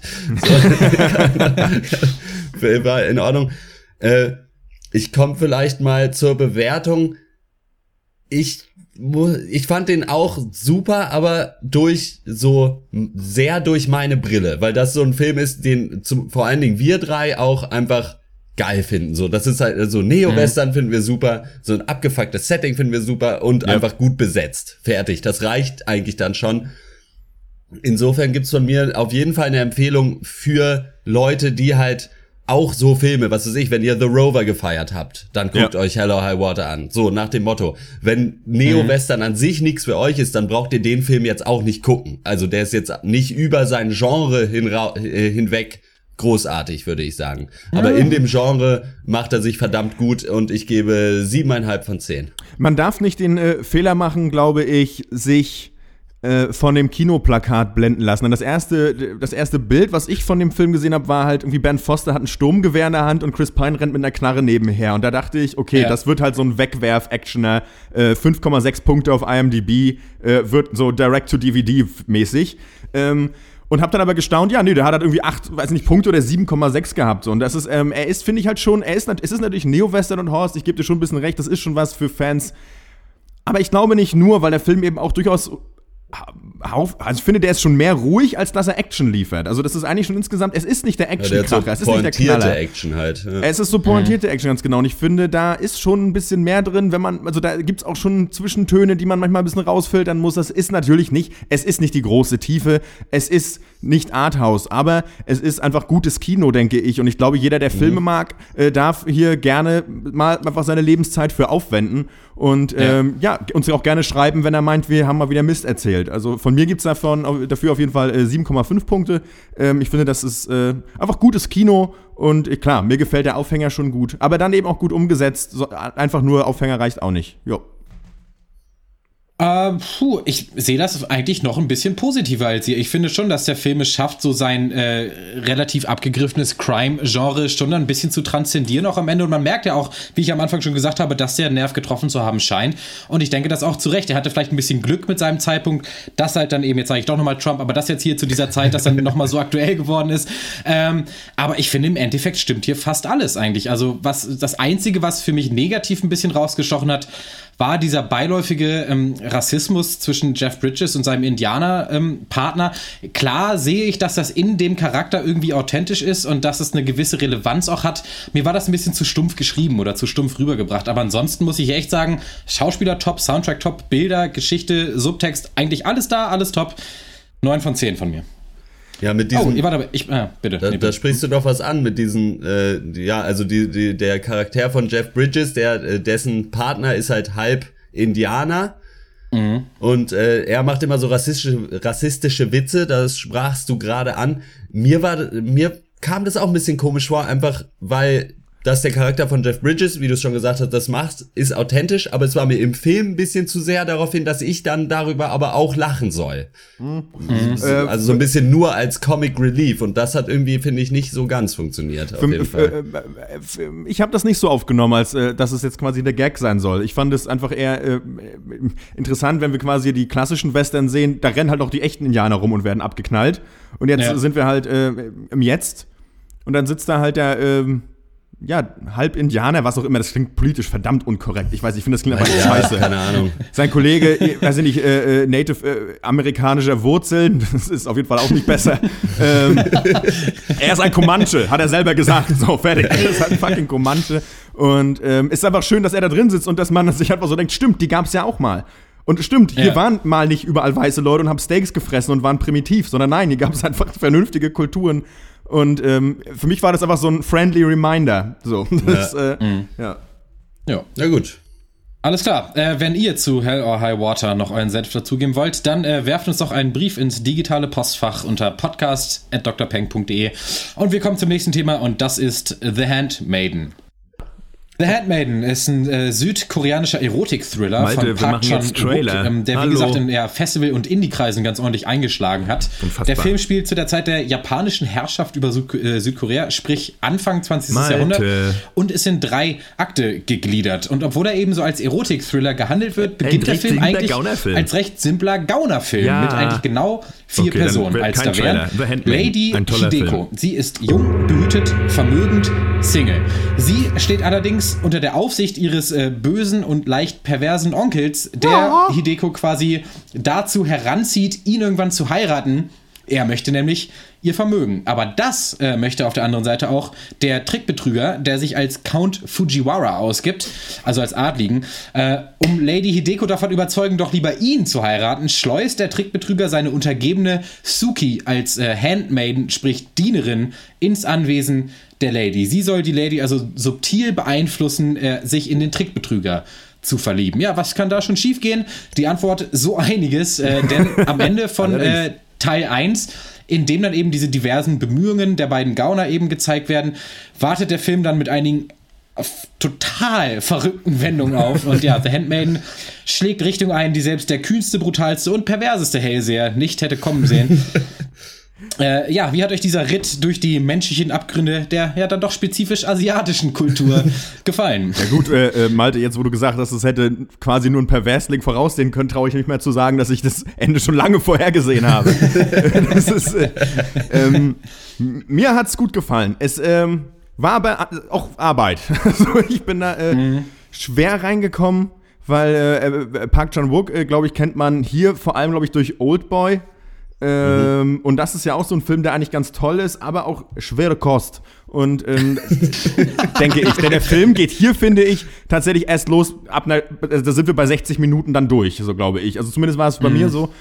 So. War in Ordnung. Ich komme vielleicht mal zur Bewertung. Ich fand den auch super, aber sehr durch meine Brille, weil das so ein Film ist, den vor allen Dingen wir drei auch einfach geil finden. So, das ist halt so Neo-Western finden wir super, so ein abgefucktes Setting finden wir super und einfach gut besetzt. Fertig. Das reicht eigentlich dann schon. Insofern gibt's von mir auf jeden Fall eine Empfehlung für Leute, die halt auch so Filme, was weiß ich, wenn ihr The Rover gefeiert habt, dann guckt euch Hell or High Water an. So, nach dem Motto. Wenn Neo-Western an sich nichts für euch ist, dann braucht ihr den Film jetzt auch nicht gucken. Also der ist jetzt nicht über sein Genre hinweg großartig, würde ich sagen. Aber in dem Genre macht er sich verdammt gut und ich gebe 7,5 von 10. Man darf nicht den Fehler machen, glaube ich, sich von dem Kinoplakat blenden lassen. Und das erste Bild, was ich von dem Film gesehen habe, war halt irgendwie Ben Foster hat ein Sturmgewehr in der Hand und Chris Pine rennt mit einer Knarre nebenher. Und da dachte ich, okay, das wird halt so ein Wegwerf-Actioner. 5,6 Punkte auf IMDb, wird so Direct-to-DVD-mäßig. Und hab dann aber gestaunt, ja, nee, der hat halt irgendwie 8, weiß nicht, Punkte oder 7,6 gehabt. So. Und das ist, er ist, finde ich halt schon, es ist natürlich Neo-Western und Horst, ich gebe dir schon ein bisschen recht, das ist schon was für Fans. Aber ich glaube nicht nur, weil der Film eben auch durchaus also ich finde, der ist schon mehr ruhig, als dass er Action liefert. Also das ist eigentlich schon insgesamt, es ist nicht der Action-Kracher, es ist nicht der Knaller. Action halt. Ja. Es ist so pointierte Action, ganz genau. Und ich finde, da ist schon ein bisschen mehr drin, also da gibt's auch schon Zwischentöne, die man manchmal ein bisschen rausfiltern muss. Es ist nicht die große Tiefe, es ist nicht Arthouse, aber es ist einfach gutes Kino, denke ich. Und ich glaube, jeder, der Filme mag, darf hier gerne mal einfach seine Lebenszeit für aufwenden. Und uns auch gerne schreiben, wenn er meint, wir haben mal wieder Mist erzählt. Also von mir gibt's dafür auf jeden Fall 7,5 Punkte. Ich finde, das ist einfach gutes Kino und klar, mir gefällt der Aufhänger schon gut. Aber dann eben auch gut umgesetzt. Einfach nur Aufhänger reicht auch nicht. Jo. Ich sehe das eigentlich noch ein bisschen positiver als ihr. Ich finde schon, dass der Film es schafft, so sein relativ abgegriffenes Crime-Genre schon ein bisschen zu transzendieren auch am Ende. Und man merkt ja auch, wie ich am Anfang schon gesagt habe, dass der Nerv getroffen zu haben scheint. Und ich denke das auch zu Recht. Er hatte vielleicht ein bisschen Glück mit seinem Zeitpunkt, dass halt dann eben, jetzt sage ich doch nochmal Trump, aber das jetzt hier zu dieser Zeit, dass dann nochmal so aktuell geworden ist. Aber ich finde, im Endeffekt stimmt hier fast alles eigentlich. Also das Einzige, was für mich negativ ein bisschen rausgestochen hat, war dieser beiläufige Rassismus zwischen Jeff Bridges und seinem Indianer-Partner. Klar sehe ich, dass das in dem Charakter irgendwie authentisch ist und dass es eine gewisse Relevanz auch hat. Mir war das ein bisschen zu stumpf geschrieben oder zu stumpf rübergebracht. Aber ansonsten muss ich echt sagen, Schauspieler top, Soundtrack top, Bilder, Geschichte, Subtext, eigentlich alles da, alles top. 9 von 10 von mir. Ja, mit diesem. Bitte. Da sprichst du doch was an mit diesen, der Charakter von Jeff Bridges, dessen Partner ist halt halb Indianer. Mhm. Und er macht immer so rassistische Witze, das sprachst du gerade an. Mir kam das auch ein bisschen komisch vor, einfach weil dass der Charakter von Jeff Bridges, wie du es schon gesagt hast, das macht, ist authentisch, aber es war mir im Film ein bisschen zu sehr darauf hin, dass ich dann darüber aber auch lachen soll. Also so ein bisschen nur als Comic Relief und das hat irgendwie, finde ich, nicht so ganz funktioniert. Auf jeden Fall. Ich habe das nicht so aufgenommen, als dass es jetzt quasi der Gag sein soll. Ich fand es einfach eher interessant, wenn wir quasi die klassischen Western sehen, da rennen halt auch die echten Indianer rum und werden abgeknallt. Und jetzt sind wir halt im Jetzt und dann sitzt da halt der halb Indianer, was auch immer, das klingt politisch verdammt unkorrekt. Ich weiß, ich finde, das klingt einfach scheiße. Keine Ahnung. Sein Kollege, weiß ich nicht, native amerikanischer Wurzeln, das ist auf jeden Fall auch nicht besser. Er ist ein Comanche, hat er selber gesagt. So, fertig. Er ist ein fucking Comanche. Und ist einfach schön, dass er da drin sitzt und dass man sich einfach so denkt, stimmt, die gab's ja auch mal. Und stimmt, hier waren mal nicht überall weiße Leute und haben Steaks gefressen und waren primitiv, sondern nein, hier gab es einfach vernünftige Kulturen. Und für mich war das einfach so ein friendly Reminder. So, das, Ja. Na gut. Alles klar. Wenn ihr zu Hell or High Water noch euren Senf dazugeben wollt, dann werft uns doch einen Brief ins digitale Postfach unter podcast@drpeng.de. Und wir kommen zum nächsten Thema und das ist The Handmaiden. The Handmaiden ist ein südkoreanischer Erotik-Thriller Malte, von Park Chan-wook, der wie gesagt in Festival- und Indie-Kreisen ganz ordentlich eingeschlagen hat. Unfassbar. Der Film spielt zu der Zeit der japanischen Herrschaft über Südkorea, sprich Anfang 20. Jahrhundert und ist in 3 Akte gegliedert. Und obwohl er eben so als Erotik-Thriller gehandelt wird, beginnt der Film eigentlich als recht simpler Gaunerfilm mit eigentlich genau 4 Personen. Als da wären Lady Hideko. Sie ist jung, behütet, vermögend, Single. Sie steht allerdings unter der Aufsicht ihres bösen und leicht perversen Onkels, der Hideko quasi dazu heranzieht, ihn irgendwann zu heiraten. Er möchte nämlich ihr Vermögen. Aber das möchte auf der anderen Seite auch der Trickbetrüger, der sich als Count Fujiwara ausgibt, also als Adligen. Um Lady Hideko davon überzeugen, doch lieber ihn zu heiraten, schleust der Trickbetrüger seine Untergebene Suki als Handmaiden, sprich Dienerin, ins Anwesen der Lady. Sie soll die Lady also subtil beeinflussen, sich in den Trickbetrüger zu verlieben. Ja, was kann da schon schiefgehen? Die Antwort, so einiges, denn am Ende von Teil 1 in dem dann eben diese diversen Bemühungen der beiden Gauner eben gezeigt werden, wartet der Film dann mit einigen total verrückten Wendungen auf. Und ja, The Handmaiden schlägt Richtung ein, die selbst der kühnste, brutalste und perverseste Hellseher nicht hätte kommen sehen. Ja, wie hat euch dieser Ritt durch die menschlichen Abgründe der ja dann doch spezifisch asiatischen Kultur gefallen? Ja gut, Malte, jetzt wo du gesagt hast, es hätte quasi nur ein Perversling voraussehen können, traue ich nicht mehr zu sagen, dass ich das Ende schon lange vorhergesehen habe. Das ist, mir hat's gut gefallen. Es war aber auch Arbeit. Also ich bin da schwer reingekommen, weil Park Chan-wook, glaube ich, kennt man hier vor allem, glaube ich, durch Oldboy. Und das ist ja auch so ein Film, der eigentlich ganz toll ist, aber auch schwere Kost. Und denke ich, denn der Film geht hier, finde ich, tatsächlich erst los, da sind wir bei 60 Minuten dann durch, so glaube ich. Also zumindest war es bei mir so.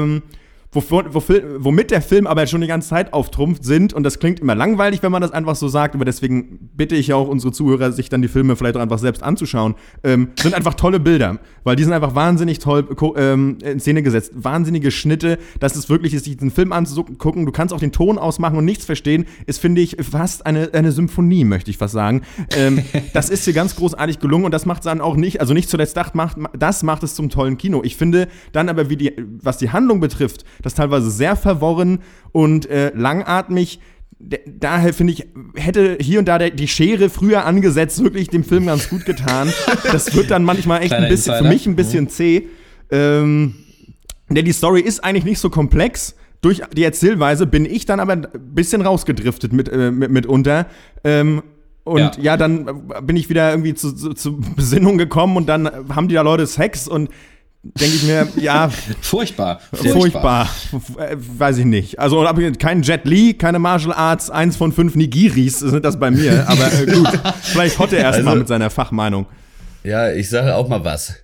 Womit der Film aber schon die ganze Zeit auftrumpft sind, und das klingt immer langweilig, wenn man das einfach so sagt, aber deswegen bitte ich auch unsere Zuhörer, sich dann die Filme vielleicht auch einfach selbst anzuschauen, sind einfach tolle Bilder, weil die sind einfach wahnsinnig toll in Szene gesetzt, wahnsinnige Schnitte, dass es wirklich ist, sich den Film anzugucken, du kannst auch den Ton ausmachen und nichts verstehen, ist, finde ich, fast eine Symphonie, möchte ich fast sagen. Das ist hier ganz großartig gelungen, und das macht es dann auch nicht, also nicht zuletzt das macht es zum tollen Kino. Ich finde dann aber, was die Handlung betrifft, das ist teilweise sehr verworren und langatmig. Daher finde ich, hätte hier und da die Schere früher angesetzt, wirklich dem Film ganz gut getan. Das wird dann manchmal echt für mich ein bisschen zäh. Denn die Story ist eigentlich nicht so komplex. Durch die Erzählweise bin ich dann aber ein bisschen rausgedriftet mitunter. Und ja, dann bin ich wieder irgendwie zu Besinnung gekommen, und dann haben die da Leute Sex, und denke ich mir, ja. Furchtbar. Weiß ich nicht. Also kein Jet Li, keine Martial Arts, 1 von 5 Nigiris sind das bei mir. Aber gut, vielleicht Hotte erst mal mit seiner Fachmeinung. Ja, ich sage auch mal was.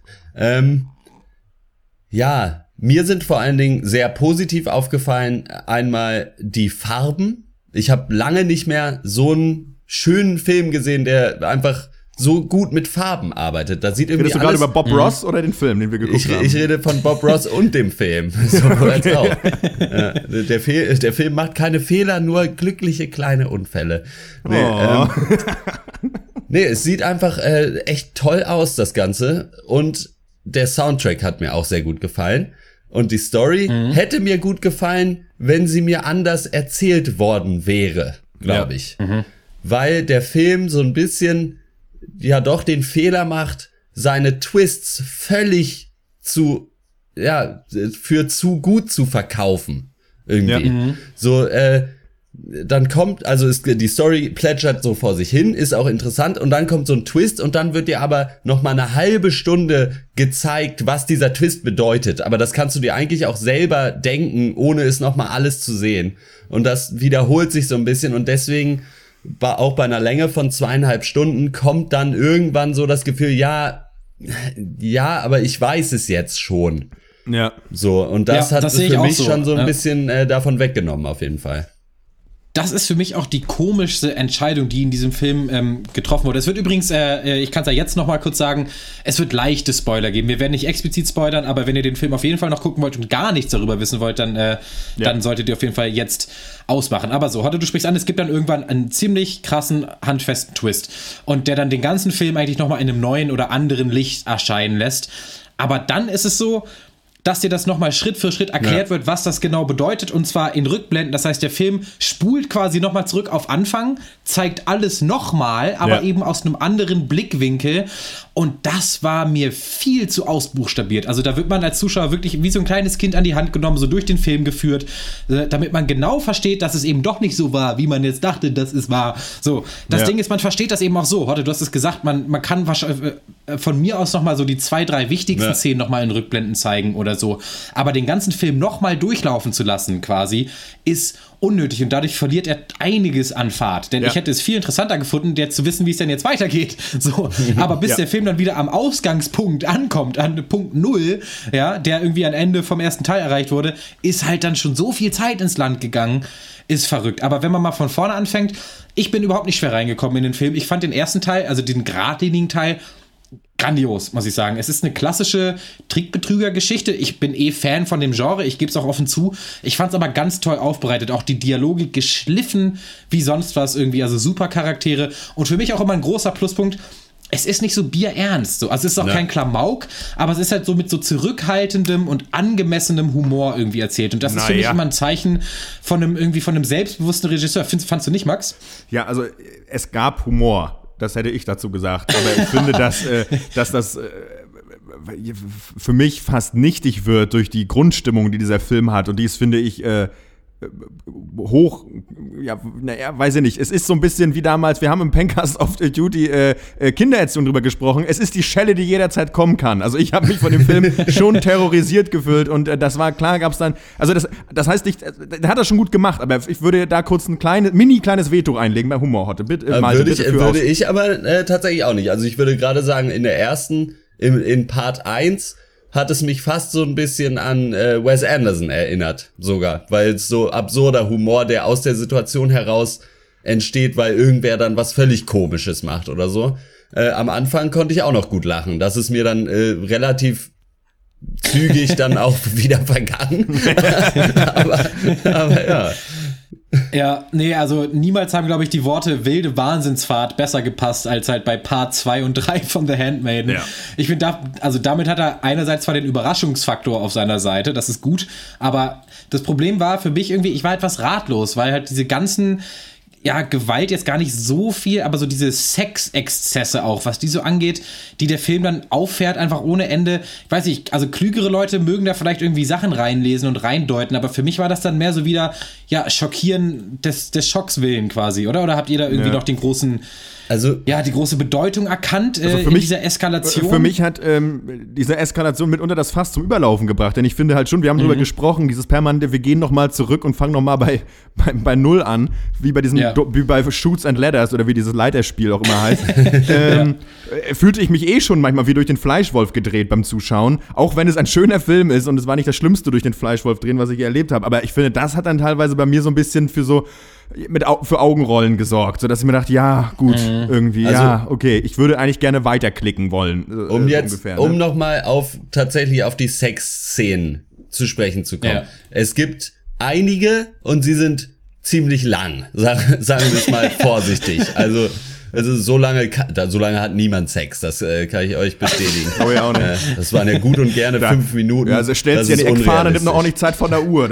Ja, mir sind vor allen Dingen sehr positiv aufgefallen einmal die Farben. Ich habe lange nicht mehr so einen schönen Film gesehen, der einfach so gut mit Farben arbeitet. Da sieht irgendwie Redest du gerade über Bob Ross oder den Film, den wir geguckt haben? Ich rede von Bob Ross und dem Film. Sowohl als auch. Der Film macht keine Fehler, nur glückliche kleine Unfälle. Nee, es sieht einfach echt toll aus, das Ganze. Und der Soundtrack hat mir auch sehr gut gefallen. Und die Story hätte mir gut gefallen, wenn sie mir anders erzählt worden wäre, glaube ich. Weil der Film so ein bisschen ja doch den Fehler macht, seine Twists völlig für zu gut zu verkaufen. Irgendwie. Ja. So, dann kommt, die Story plätschert so vor sich hin, ist auch interessant, und dann kommt so ein Twist, und dann wird dir aber noch mal eine halbe Stunde gezeigt, was dieser Twist bedeutet. Aber das kannst du dir eigentlich auch selber denken, ohne es noch mal alles zu sehen. Und das wiederholt sich so ein bisschen, und deswegen auch bei einer Länge von 2,5 Stunden kommt dann irgendwann so das Gefühl, ja, aber ich weiß es jetzt schon. Ja. So, und das hat es für mich schon so ein bisschen davon weggenommen, auf jeden Fall. Das ist für mich auch die komischste Entscheidung, die in diesem Film getroffen wurde. Es wird übrigens, ich kann es ja jetzt noch mal kurz sagen, es wird leichte Spoiler geben. Wir werden nicht explizit spoilern, aber wenn ihr den Film auf jeden Fall noch gucken wollt und gar nichts darüber wissen wollt, dann solltet ihr auf jeden Fall jetzt ausmachen. Aber so, Hotte, du sprichst an, es gibt dann irgendwann einen ziemlich krassen, handfesten Twist. Und der dann den ganzen Film eigentlich noch mal in einem neuen oder anderen Licht erscheinen lässt. Aber dann ist es so, dass dir das nochmal Schritt für Schritt erklärt wird, was das genau bedeutet, und zwar in Rückblenden. Das heißt, der Film spult quasi nochmal zurück auf Anfang, zeigt alles nochmal, aber eben aus einem anderen Blickwinkel, und das war mir viel zu ausbuchstabiert. Also da wird man als Zuschauer wirklich wie so ein kleines Kind an die Hand genommen, so durch den Film geführt, damit man genau versteht, dass es eben doch nicht so war, wie man jetzt dachte, dass es war. So, das Ding ist, man versteht das eben auch so. Hotte, du hast es gesagt, man kann wahrscheinlich von mir aus nochmal so die 2, 3 wichtigsten Szenen nochmal in Rückblenden zeigen oder so. Aber den ganzen Film nochmal durchlaufen zu lassen quasi, ist unnötig, und dadurch verliert er einiges an Fahrt. Denn ich hätte es viel interessanter gefunden, zu wissen, wie es denn jetzt weitergeht. So, aber bis der Film dann wieder am Ausgangspunkt ankommt, an Punkt 0, der irgendwie am Ende vom ersten Teil erreicht wurde, ist halt dann schon so viel Zeit ins Land gegangen. Ist verrückt. Aber wenn man mal von vorne anfängt, ich bin überhaupt nicht schwer reingekommen in den Film. Ich fand den ersten Teil, also den geradlinigen Teil, grandios, muss ich sagen. Es ist eine klassische Trickbetrüger-Geschichte. Ich bin Fan von dem Genre, ich gebe es auch offen zu. Ich fand es aber ganz toll aufbereitet. Auch die Dialoge geschliffen wie sonst was irgendwie. Also super Charaktere. Und für mich auch immer ein großer Pluspunkt, es ist nicht so bierernst. So. Also es ist auch kein Klamauk, aber es ist halt so mit so zurückhaltendem und angemessenem Humor irgendwie erzählt. Und das ist für mich immer ein Zeichen von einem selbstbewussten Regisseur. Fandst du nicht, Max? Ja, also es gab Humor. Das hätte ich dazu gesagt. Aber ich finde, dass das für mich fast nichtig wird durch die Grundstimmung, die dieser Film hat. Und die ist, finde ich, hoch, weiß ich nicht. Es ist so ein bisschen wie damals, wir haben im Pencast of Duty Kindererziehung drüber gesprochen. Es ist die Schelle, die jederzeit kommen kann. Also ich habe mich von dem Film schon terrorisiert gefühlt und das war klar, gab es dann, also das heißt nicht, der hat das schon gut gemacht, aber ich würde da kurz ein kleines Veto einlegen bei Humorhotte. Würde ich aber tatsächlich auch nicht. Also ich würde gerade sagen, in Part 1 hat es mich fast so ein bisschen an Wes Anderson erinnert, sogar. Weil es so absurder Humor, der aus der Situation heraus entsteht, weil irgendwer dann was völlig Komisches macht oder so. Am Anfang konnte ich auch noch gut lachen. Das ist mir dann relativ zügig dann auch wieder vergangen. aber ja. Ja, nee, also niemals haben, glaube ich, die Worte wilde Wahnsinnsfahrt besser gepasst als halt bei Part 2 und 3 von The Handmaiden. Ja. Ich finde, damit hat er einerseits zwar den Überraschungsfaktor auf seiner Seite, das ist gut, aber das Problem war für mich irgendwie, ich war etwas ratlos, weil halt diese ganzen Gewalt jetzt gar nicht so viel, aber so diese Sexexzesse auch, was die so angeht, die der Film dann auffährt, einfach ohne Ende. Ich weiß nicht, also klügere Leute mögen da vielleicht irgendwie Sachen reinlesen und reindeuten, aber für mich war das dann mehr so wieder, Schockieren des Schocks willen quasi, oder? Oder habt ihr da irgendwie noch den großen... die große Bedeutung erkannt in dieser Eskalation. Für mich hat diese Eskalation mitunter das Fass zum Überlaufen gebracht. Denn ich finde halt schon, wir haben drüber gesprochen, dieses permanente, wir gehen noch mal zurück und fangen noch mal bei Null an, wie bei diesem, wie bei Shoots and Ladders oder wie dieses Leiterspiel auch immer heißt. Fühlte ich mich schon manchmal wie durch den Fleischwolf gedreht beim Zuschauen. Auch wenn es ein schöner Film ist und es war nicht das Schlimmste durch den Fleischwolf drehen, was ich erlebt habe. Aber ich finde, das hat dann teilweise bei mir so ein bisschen für Augenrollen gesorgt, sodass ich mir dachte, ja, gut, irgendwie, okay, ich würde eigentlich gerne weiterklicken wollen. Um nochmal tatsächlich auf die Sexszenen zu sprechen zu kommen. Ja. Es gibt einige und sie sind ziemlich lang, sagen wir es mal vorsichtig. Also so lange hat niemand Sex, das kann ich euch bestätigen. Oh ja, auch nicht. Das waren ja gut und gerne 5 Minuten. Ja, also stellt sich ja die Eckfahne, nimmt noch auch nicht Zeit von der Uhr.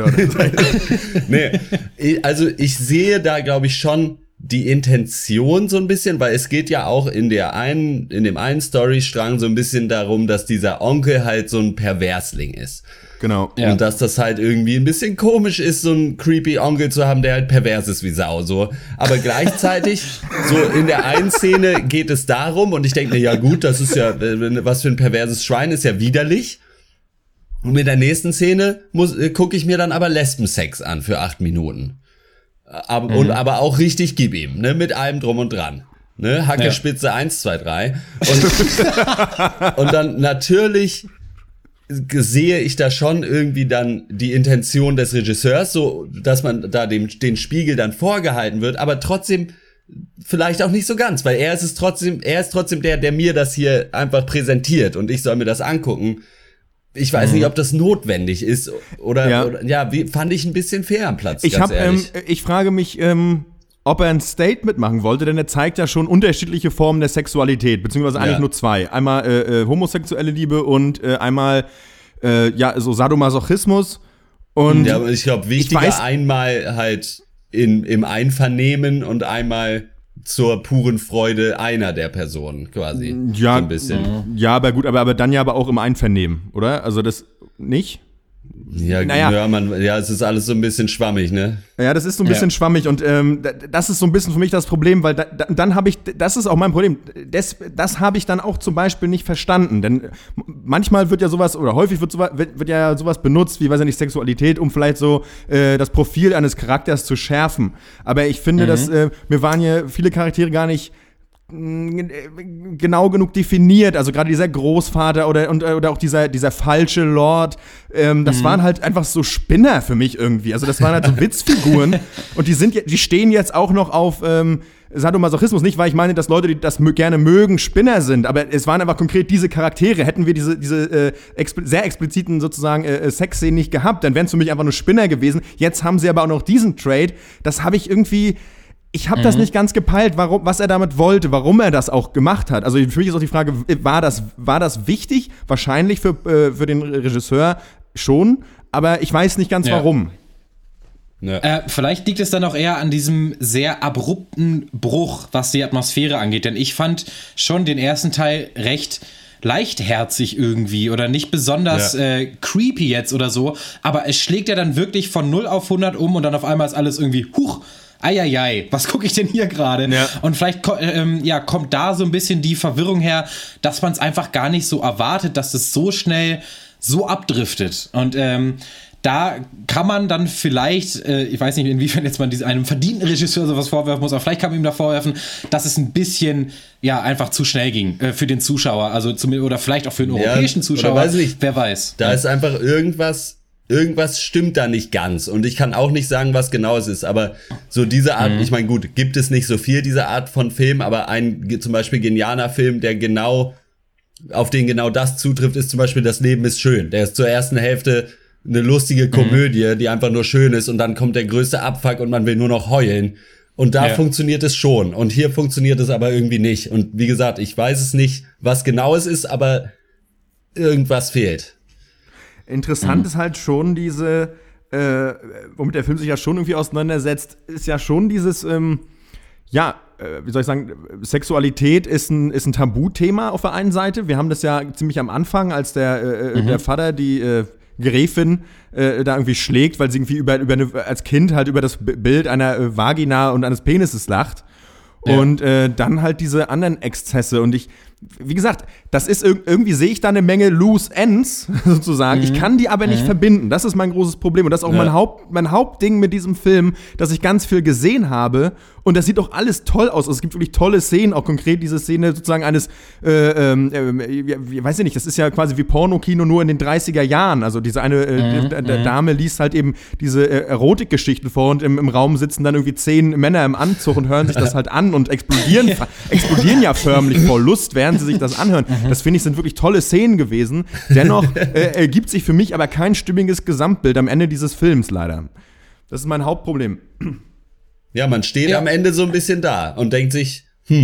Nee, also ich sehe da, glaube ich, schon die Intention so ein bisschen, weil es geht ja auch in dem einen Storystrang so ein bisschen darum, dass dieser Onkel halt so ein Perversling ist. Genau. Ja. Und dass das halt irgendwie ein bisschen komisch ist, so einen creepy Onkel zu haben, der halt pervers ist wie Sau, so. Aber gleichzeitig, so in der einen Szene geht es darum, und ich denke mir, ja gut, das ist ja, was für ein perverses Schwein, ist ja widerlich. Und mit der nächsten Szene gucke ich mir dann aber Lesbensex an für 8 Minuten. Aber auch richtig gib ihm, ne, mit allem drum und dran. Ne, Hacke, Spitze 1, 2, 3. Und dann natürlich sehe ich da schon irgendwie dann die Intention des Regisseurs, so dass man da den Spiegel dann vorgehalten wird, aber trotzdem vielleicht auch nicht so ganz, weil er ist trotzdem der mir das hier einfach präsentiert und ich soll mir das angucken. Ich weiß nicht, ob das notwendig ist oder fand ich ein bisschen fair am Platz. Ich frage mich, ob er ein Statement machen wollte, denn er zeigt ja schon unterschiedliche Formen der Sexualität, beziehungsweise eigentlich nur 2. Einmal homosexuelle Liebe und einmal so Sadomasochismus. Und aber ich glaube, wichtiger einmal halt im Einvernehmen und einmal zur puren Freude einer der Personen quasi. Ja, so ein bisschen. Ja, aber gut, aber dann ja aber auch im Einvernehmen, oder? Also das nicht? Ja, es ist alles so ein bisschen schwammig, ne? Ja, das ist so ein bisschen schwammig und das ist so ein bisschen für mich das Problem, weil dann habe ich, das ist auch mein Problem, das habe ich dann auch zum Beispiel nicht verstanden, denn manchmal wird ja sowas, oder häufig wird ja sowas benutzt, wie, weiß ich nicht, Sexualität, um vielleicht so das Profil eines Charakters zu schärfen, aber ich finde, dass mir waren ja viele Charaktere gar nicht genau genug definiert, also gerade dieser Großvater oder auch dieser falsche Lord, das waren halt einfach so Spinner für mich irgendwie, also das waren halt so Witzfiguren und die stehen jetzt auch noch auf Sadomasochismus, nicht weil ich meine, dass Leute, die das gerne mögen, Spinner sind, aber es waren einfach konkret diese Charaktere. Hätten wir diese sehr expliziten sozusagen Sexszenen nicht gehabt, dann wären es für mich einfach nur Spinner gewesen. Jetzt haben sie aber auch noch diesen Trade. Das habe ich irgendwie... Ich habe das nicht ganz gepeilt, was er damit wollte, warum er das auch gemacht hat. Also für mich ist auch die Frage, war das wichtig? Wahrscheinlich für den Regisseur schon, aber ich weiß nicht ganz warum. Ja. Vielleicht liegt es dann auch eher an diesem sehr abrupten Bruch, was die Atmosphäre angeht. Denn ich fand schon den ersten Teil recht leichtherzig irgendwie oder nicht besonders creepy jetzt oder so. Aber es schlägt ja dann wirklich von 0 auf 100 um und dann auf einmal ist alles irgendwie, eieiei, was gucke ich denn hier gerade? Ja. Und vielleicht kommt da so ein bisschen die Verwirrung her, dass man es einfach gar nicht so erwartet, dass es so schnell so abdriftet. Und da kann man dann vielleicht, ich weiß nicht, inwiefern jetzt man einem verdienten Regisseur sowas vorwerfen muss, aber vielleicht kann man ihm da vorwerfen, dass es ein bisschen einfach zu schnell ging für den Zuschauer, also oder vielleicht auch für den europäischen Zuschauer, weiß nicht. Wer weiß. Da ist einfach irgendwas stimmt da nicht ganz. Und ich kann auch nicht sagen, was genau es ist. Aber so diese Art, ich meine, gut, gibt es nicht so viel diese Art von Film, aber ein zum Beispiel genialer Film, der auf den genau das zutrifft, ist zum Beispiel Das Leben ist schön. Der ist zur ersten Hälfte eine lustige Komödie, die einfach nur schön ist und dann kommt der größte Abfuck und man will nur noch heulen. Und da funktioniert es schon. Und hier funktioniert es aber irgendwie nicht. Und wie gesagt, ich weiß es nicht, was genau es ist, aber irgendwas fehlt. Interessant ist halt schon diese, womit der Film sich ja schon irgendwie auseinandersetzt, ist ja schon dieses, wie soll ich sagen, Sexualität ist ein Tabuthema auf der einen Seite. Wir haben das ja ziemlich am Anfang, als der Vater die Gräfin da irgendwie schlägt, weil sie irgendwie als Kind halt über das Bild einer Vagina und eines Penises lacht. Ja. Und dann halt diese anderen Exzesse. Und wie gesagt, das ist irgendwie sehe ich da eine Menge Loose Ends sozusagen. Ich kann die aber nicht verbinden. Das ist mein großes Problem. Und das ist auch mein Hauptding mit diesem Film, dass ich ganz viel gesehen habe. Und das sieht auch alles toll aus. Also es gibt wirklich tolle Szenen, auch konkret diese Szene sozusagen eines, weiß ich nicht, das ist ja quasi wie Pornokino nur in den 30er Jahren. Also diese eine Dame liest halt eben diese Erotikgeschichten vor und im Raum sitzen dann irgendwie 10 Männer im Anzug und hören sich das halt an und explodieren ja förmlich vor Lust, während sie sich das anhören. Das finde ich sind wirklich tolle Szenen gewesen. Dennoch ergibt sich für mich aber kein stimmiges Gesamtbild am Ende dieses Films leider. Das ist mein Hauptproblem. Ja, man steht am Ende so ein bisschen da und denkt sich,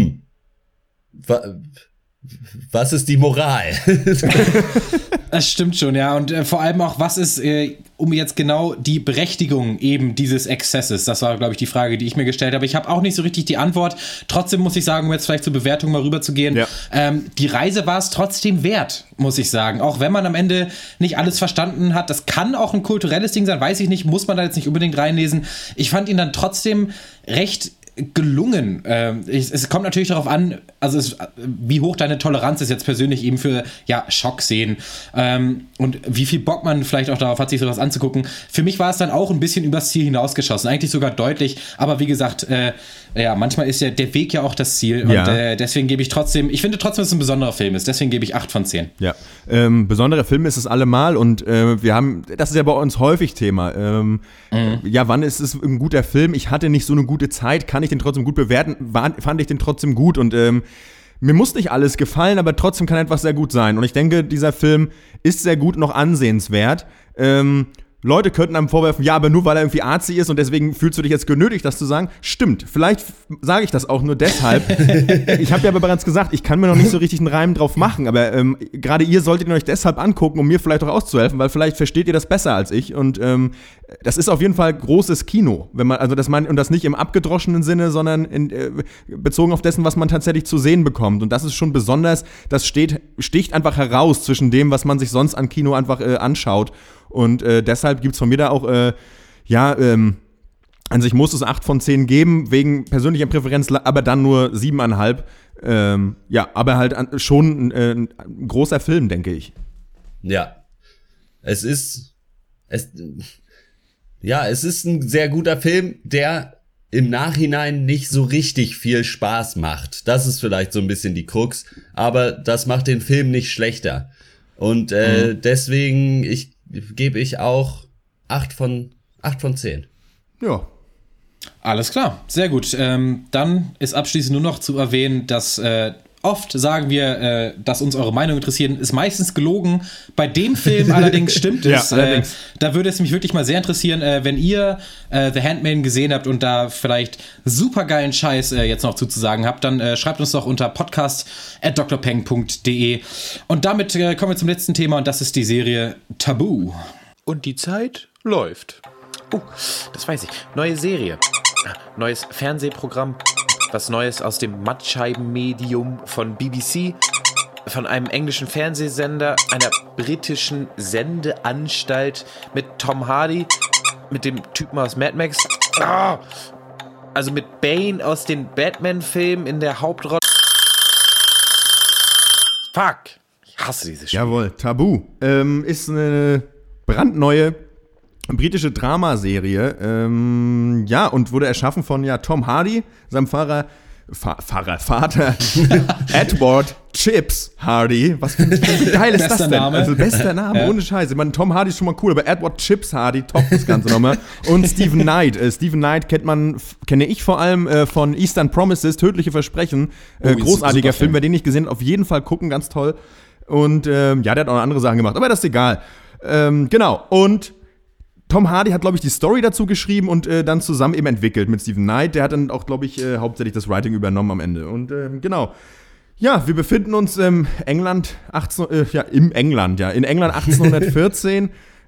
was ist die Moral? Das stimmt schon, ja. Und vor allem auch, was ist, um jetzt genau die Berechtigung eben dieses Exzesses? Das war, glaube ich, die Frage, die ich mir gestellt habe. Ich habe auch nicht so richtig die Antwort. Trotzdem muss ich sagen, um jetzt vielleicht zur Bewertung mal rüberzugehen, die Reise war es trotzdem wert, muss ich sagen. Auch wenn man am Ende nicht alles verstanden hat. Das kann auch ein kulturelles Ding sein, weiß ich nicht. Muss man da jetzt nicht unbedingt reinlesen. Ich fand ihn dann trotzdem recht gelungen. Es kommt natürlich darauf an, also wie hoch deine Toleranz ist jetzt persönlich eben für Schockszenen und wie viel Bock man vielleicht auch darauf hat, sich sowas anzugucken. Für mich war es dann auch ein bisschen übers Ziel hinausgeschossen, eigentlich sogar deutlich, aber wie gesagt, manchmal ist ja der Weg ja auch das Ziel und deswegen gebe ich trotzdem, ich finde trotzdem, dass es ein besonderer Film ist, deswegen gebe ich 8 von 10. Ja, besondere Filme ist es allemal und wir haben, das ist ja bei uns häufig Thema, wann ist es ein guter Film? Ich hatte nicht so eine gute Zeit, kann ich den trotzdem gut bewerten, fand ich den trotzdem gut und mir muss nicht alles gefallen, aber trotzdem kann etwas sehr gut sein. Und ich denke, dieser Film ist sehr gut noch ansehenswert. Leute könnten einem vorwerfen, aber nur weil er irgendwie arzi ist und deswegen fühlst du dich jetzt genötigt, das zu sagen. Stimmt, vielleicht sage ich das auch nur deshalb. Ich habe ja aber bereits gesagt, ich kann mir noch nicht so richtig einen Reim drauf machen, aber gerade ihr solltet ihn euch deshalb angucken, um mir vielleicht auch auszuhelfen, weil vielleicht versteht ihr das besser als ich und das ist auf jeden Fall großes Kino, wenn man, also und das nicht im abgedroschenen Sinne, sondern bezogen auf dessen, was man tatsächlich zu sehen bekommt und das ist schon besonders, das sticht einfach heraus zwischen dem, was man sich sonst an Kino einfach anschaut. Und deshalb gibt es von mir da auch, also ich muss es 8 von 10 geben, wegen persönlicher Präferenz, aber dann nur 7,5. Aber halt schon ein großer Film, denke ich. Ja, es ist ein sehr guter Film, der im Nachhinein nicht so richtig viel Spaß macht. Das ist vielleicht so ein bisschen die Krux, aber das macht den Film nicht schlechter. Und deswegen gebe ich auch 8 von 10. Ja. Alles klar, sehr gut. Dann ist abschließend nur noch zu erwähnen, dass oft sagen wir, dass uns eure Meinung interessieren, ist meistens gelogen. Bei dem Film allerdings stimmt es. Da würde es mich wirklich mal sehr interessieren, wenn ihr The Handmaiden gesehen habt und da vielleicht supergeilen Scheiß jetzt noch zuzusagen habt, dann schreibt uns doch unter podcast@drpeng.de. Und damit kommen wir zum letzten Thema und das ist die Serie Tabu. Und die Zeit läuft. Oh, das weiß ich. Neue Serie. Neues Fernsehprogramm. Was Neues aus dem Mattscheibenmedium von BBC, von einem englischen Fernsehsender, einer britischen Sendeanstalt mit Tom Hardy, mit dem Typen aus Mad Max, also mit Bane aus den Batman-Filmen in der Hauptrolle. Fuck, ich hasse dieses Spiel. Jawohl, Tabu ist eine brandneue britische Dramaserie, und wurde erschaffen von Tom Hardy, seinem Vater Edward Chips Hardy. Was für ein geil ist das denn? Name. Also bester Name, ohne Scheiße. Ich meine, Tom Hardy ist schon mal cool, aber Edward Chips Hardy toppt das Ganze nochmal. Und Stephen Knight. Stephen Knight kenne ich vor allem von Eastern Promises, Tödliche Versprechen. Großartiger Film, wer den nicht gesehen hat, auf jeden Fall gucken, ganz toll. Und der hat auch noch andere Sachen gemacht, aber das ist egal. Genau, und Tom Hardy hat, glaube ich, die Story dazu geschrieben und dann zusammen eben entwickelt mit Stephen Knight. Der hat dann auch, glaube ich, hauptsächlich das Writing übernommen am Ende. Und genau. Ja, wir befinden uns in England 1814.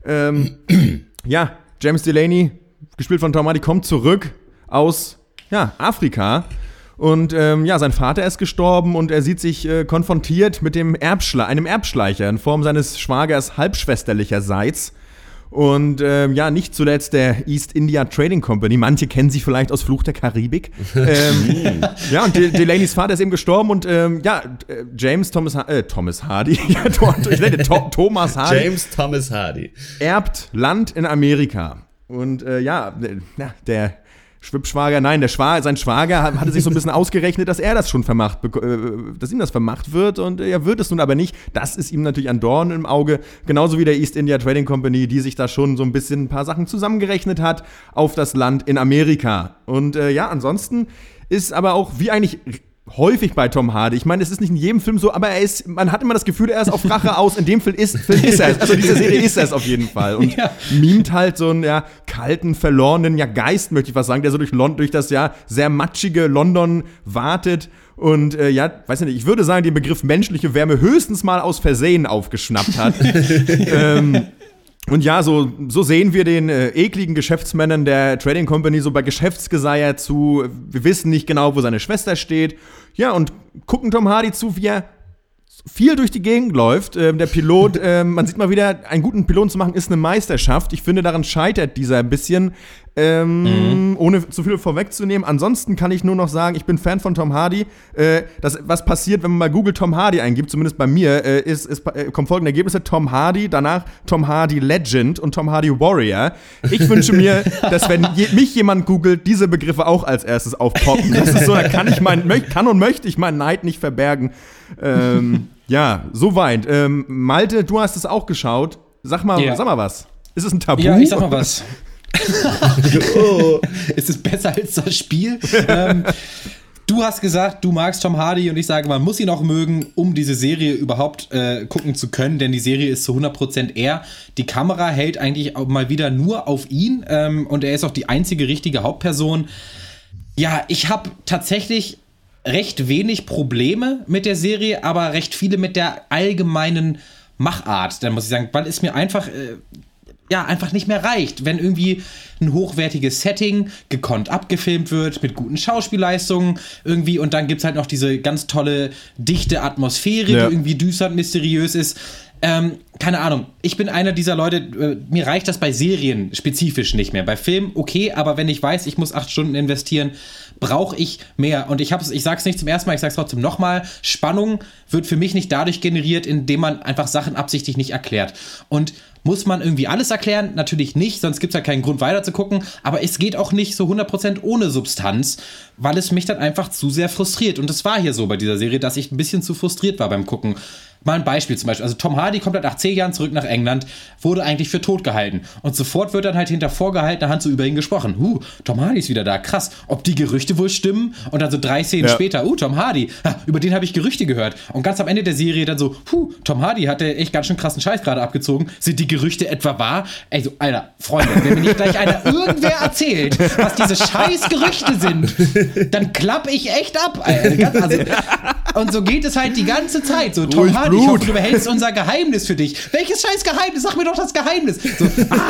James Delaney, gespielt von Tom Hardy, kommt zurück aus Afrika. Und sein Vater ist gestorben und er sieht sich konfrontiert mit einem Erbschleicher in Form seines Schwagers halbschwesterlicherseits. Und nicht zuletzt der East India Trading Company. Manche kennen sie vielleicht aus Fluch der Karibik. Und Delaneys Vater ist eben gestorben und James Thomas Hardy. Thomas Hardy. James Thomas Hardy. Erbt Land in Amerika. Und der sein Schwager hatte sich so ein bisschen ausgerechnet, dass er das schon dass ihm das vermacht wird und er wird es nun aber nicht. Das ist ihm natürlich ein Dorn im Auge, genauso wie der East India Trading Company, die sich da schon so ein bisschen ein paar Sachen zusammengerechnet hat auf das Land in Amerika. Und ansonsten ist aber auch, wie eigentlich häufig bei Tom Hardy. Ich meine, es ist nicht in jedem Film so, aber man hat immer das Gefühl, er ist auf Rache aus. In dem Film ist er es. Also diese Serie ist er es auf jeden Fall. Und mimt halt so einen kalten, verlorenen Geist, möchte ich was sagen, der so durch das sehr matschige London wartet. Und weiß ich nicht, ich würde sagen, den Begriff menschliche Wärme höchstens mal aus Versehen aufgeschnappt hat. Und so sehen wir den ekligen Geschäftsmännern der Trading Company so bei Geschäftsgeseier zu. Wir wissen nicht genau, wo seine Schwester steht. Ja, und gucken Tom Hardy zu, wie er viel durch die Gegend läuft. Der Pilot, man sieht mal wieder, einen guten Piloten zu machen, ist eine Meisterschaft. Ich finde, daran scheitert dieser ein bisschen, ohne zu viel vorwegzunehmen. Ansonsten kann ich nur noch sagen, ich bin Fan von Tom Hardy. Was passiert, wenn man mal Google Tom Hardy eingibt, zumindest bei mir, kommen folgende Ergebnisse: Tom Hardy, danach Tom Hardy Legend und Tom Hardy Warrior. Ich wünsche mir, dass wenn mich jemand googelt, diese Begriffe auch als erstes aufpoppen. Das ist so, da kann und möchte ich meinen Neid nicht verbergen. Soweit. Malte, du hast es auch geschaut. Sag mal was. Ist es ein Tabu? Ja, ich sag mal was. Ist es besser als das Spiel? Du hast gesagt, du magst Tom Hardy und ich sage, man muss ihn auch mögen, um diese Serie überhaupt gucken zu können, denn die Serie ist zu 100% er. Die Kamera hält eigentlich auch mal wieder nur auf ihn und er ist auch die einzige richtige Hauptperson. Ja, ich habe tatsächlich recht wenig Probleme mit der Serie, aber recht viele mit der allgemeinen Machart, dann muss ich sagen, weil es mir einfach nicht mehr reicht, wenn irgendwie ein hochwertiges Setting gekonnt abgefilmt wird, mit guten Schauspielleistungen irgendwie und dann gibt's halt noch diese ganz tolle, dichte Atmosphäre, die irgendwie düster und mysteriös ist. Keine Ahnung, ich bin einer dieser Leute, mir reicht das bei Serien spezifisch nicht mehr. Bei Filmen okay, aber wenn ich weiß, ich muss 8 Stunden investieren, brauche ich mehr. Und ich sag's nicht zum ersten Mal, ich sag's trotzdem nochmal, Spannung wird für mich nicht dadurch generiert, indem man einfach Sachen absichtlich nicht erklärt. Und muss man irgendwie alles erklären? Natürlich nicht, sonst gibt's ja keinen Grund weiter zu gucken. Aber es geht auch nicht so 100% ohne Substanz, weil es mich dann einfach zu sehr frustriert. Und das war hier so bei dieser Serie, dass ich ein bisschen zu frustriert war beim Gucken. mal ein Beispiel zum Beispiel. Also Tom Hardy kommt halt nach 10 Jahren zurück nach England, wurde eigentlich für tot gehalten. Und sofort wird dann halt hinter vorgehaltener Hand so über ihn gesprochen. Tom Hardy ist wieder da, krass. Ob die Gerüchte wohl stimmen? Und dann so 3 Szenen später, Tom Hardy, über den habe ich Gerüchte gehört. Und ganz am Ende der Serie dann so, Tom Hardy hat echt ganz schön krassen Scheiß gerade abgezogen. Sind die Gerüchte etwa wahr? Ey, so, Alter, Freunde, wenn mir nicht gleich irgendwer erzählt, was diese scheiß Gerüchte sind, dann klapp ich echt ab. Alter. Und so geht es halt die ganze Zeit. So, Tom Hardy, ich hoffe, du behältst unser Geheimnis für dich. Welches scheiß Geheimnis? Sag mir doch das Geheimnis. So,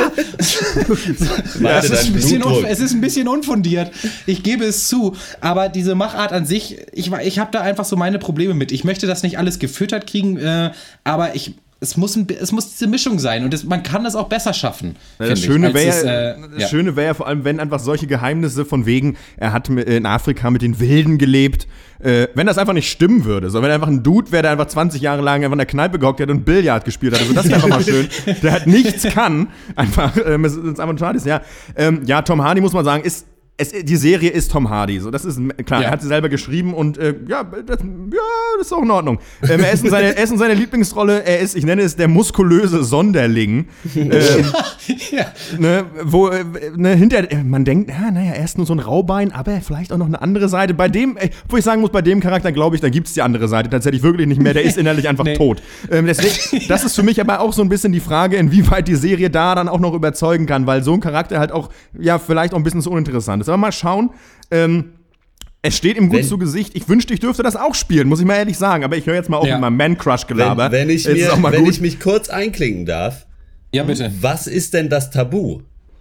es ist ein bisschen unfundiert. Ich gebe es zu. Aber diese Machart an sich, ich habe da einfach so meine Probleme mit. Ich möchte das nicht alles gefüttert kriegen, aber es muss diese Mischung sein und man kann das auch besser schaffen. Ja, das Schöne wäre ja vor allem, wenn einfach solche Geheimnisse von wegen, er hat in Afrika mit den Wilden gelebt, wenn das einfach nicht stimmen würde, so wenn er einfach ein Dude wäre, der einfach 20 Jahre lang einfach in der Kneipe gehockt hat und Billard gespielt hat, also das wäre einfach mal schön, der halt nichts kann, einfach, es ist einfach schade ist, ja, Tom Hardy muss man sagen, die Serie ist Tom Hardy, so das ist klar. Er hat sie selber geschrieben und das ist auch in Ordnung. Er ist in seiner Lieblingsrolle. Er ist, ich nenne es der muskulöse Sonderling, wo man denkt, er ist nur so ein Raubein, aber vielleicht auch noch eine andere Seite. Bei dem, wo ich sagen muss, bei dem Charakter glaube ich, da gibt es die andere Seite tatsächlich wirklich nicht mehr. Der ist innerlich einfach tot. Deswegen, das ist für mich aber auch so ein bisschen die Frage, inwieweit die Serie da dann auch noch überzeugen kann, weil so ein Charakter halt auch vielleicht auch ein bisschen zu uninteressant ist. Aber mal schauen. Es steht ihm gut zu Gesicht. Ich wünschte, ich dürfte das auch spielen, muss ich mal ehrlich sagen. Aber ich höre jetzt mal auf mit meinem Man-Crush-Gelaber. Wenn ich mich kurz einklinken darf. Ja, bitte. Was ist denn das Tabu?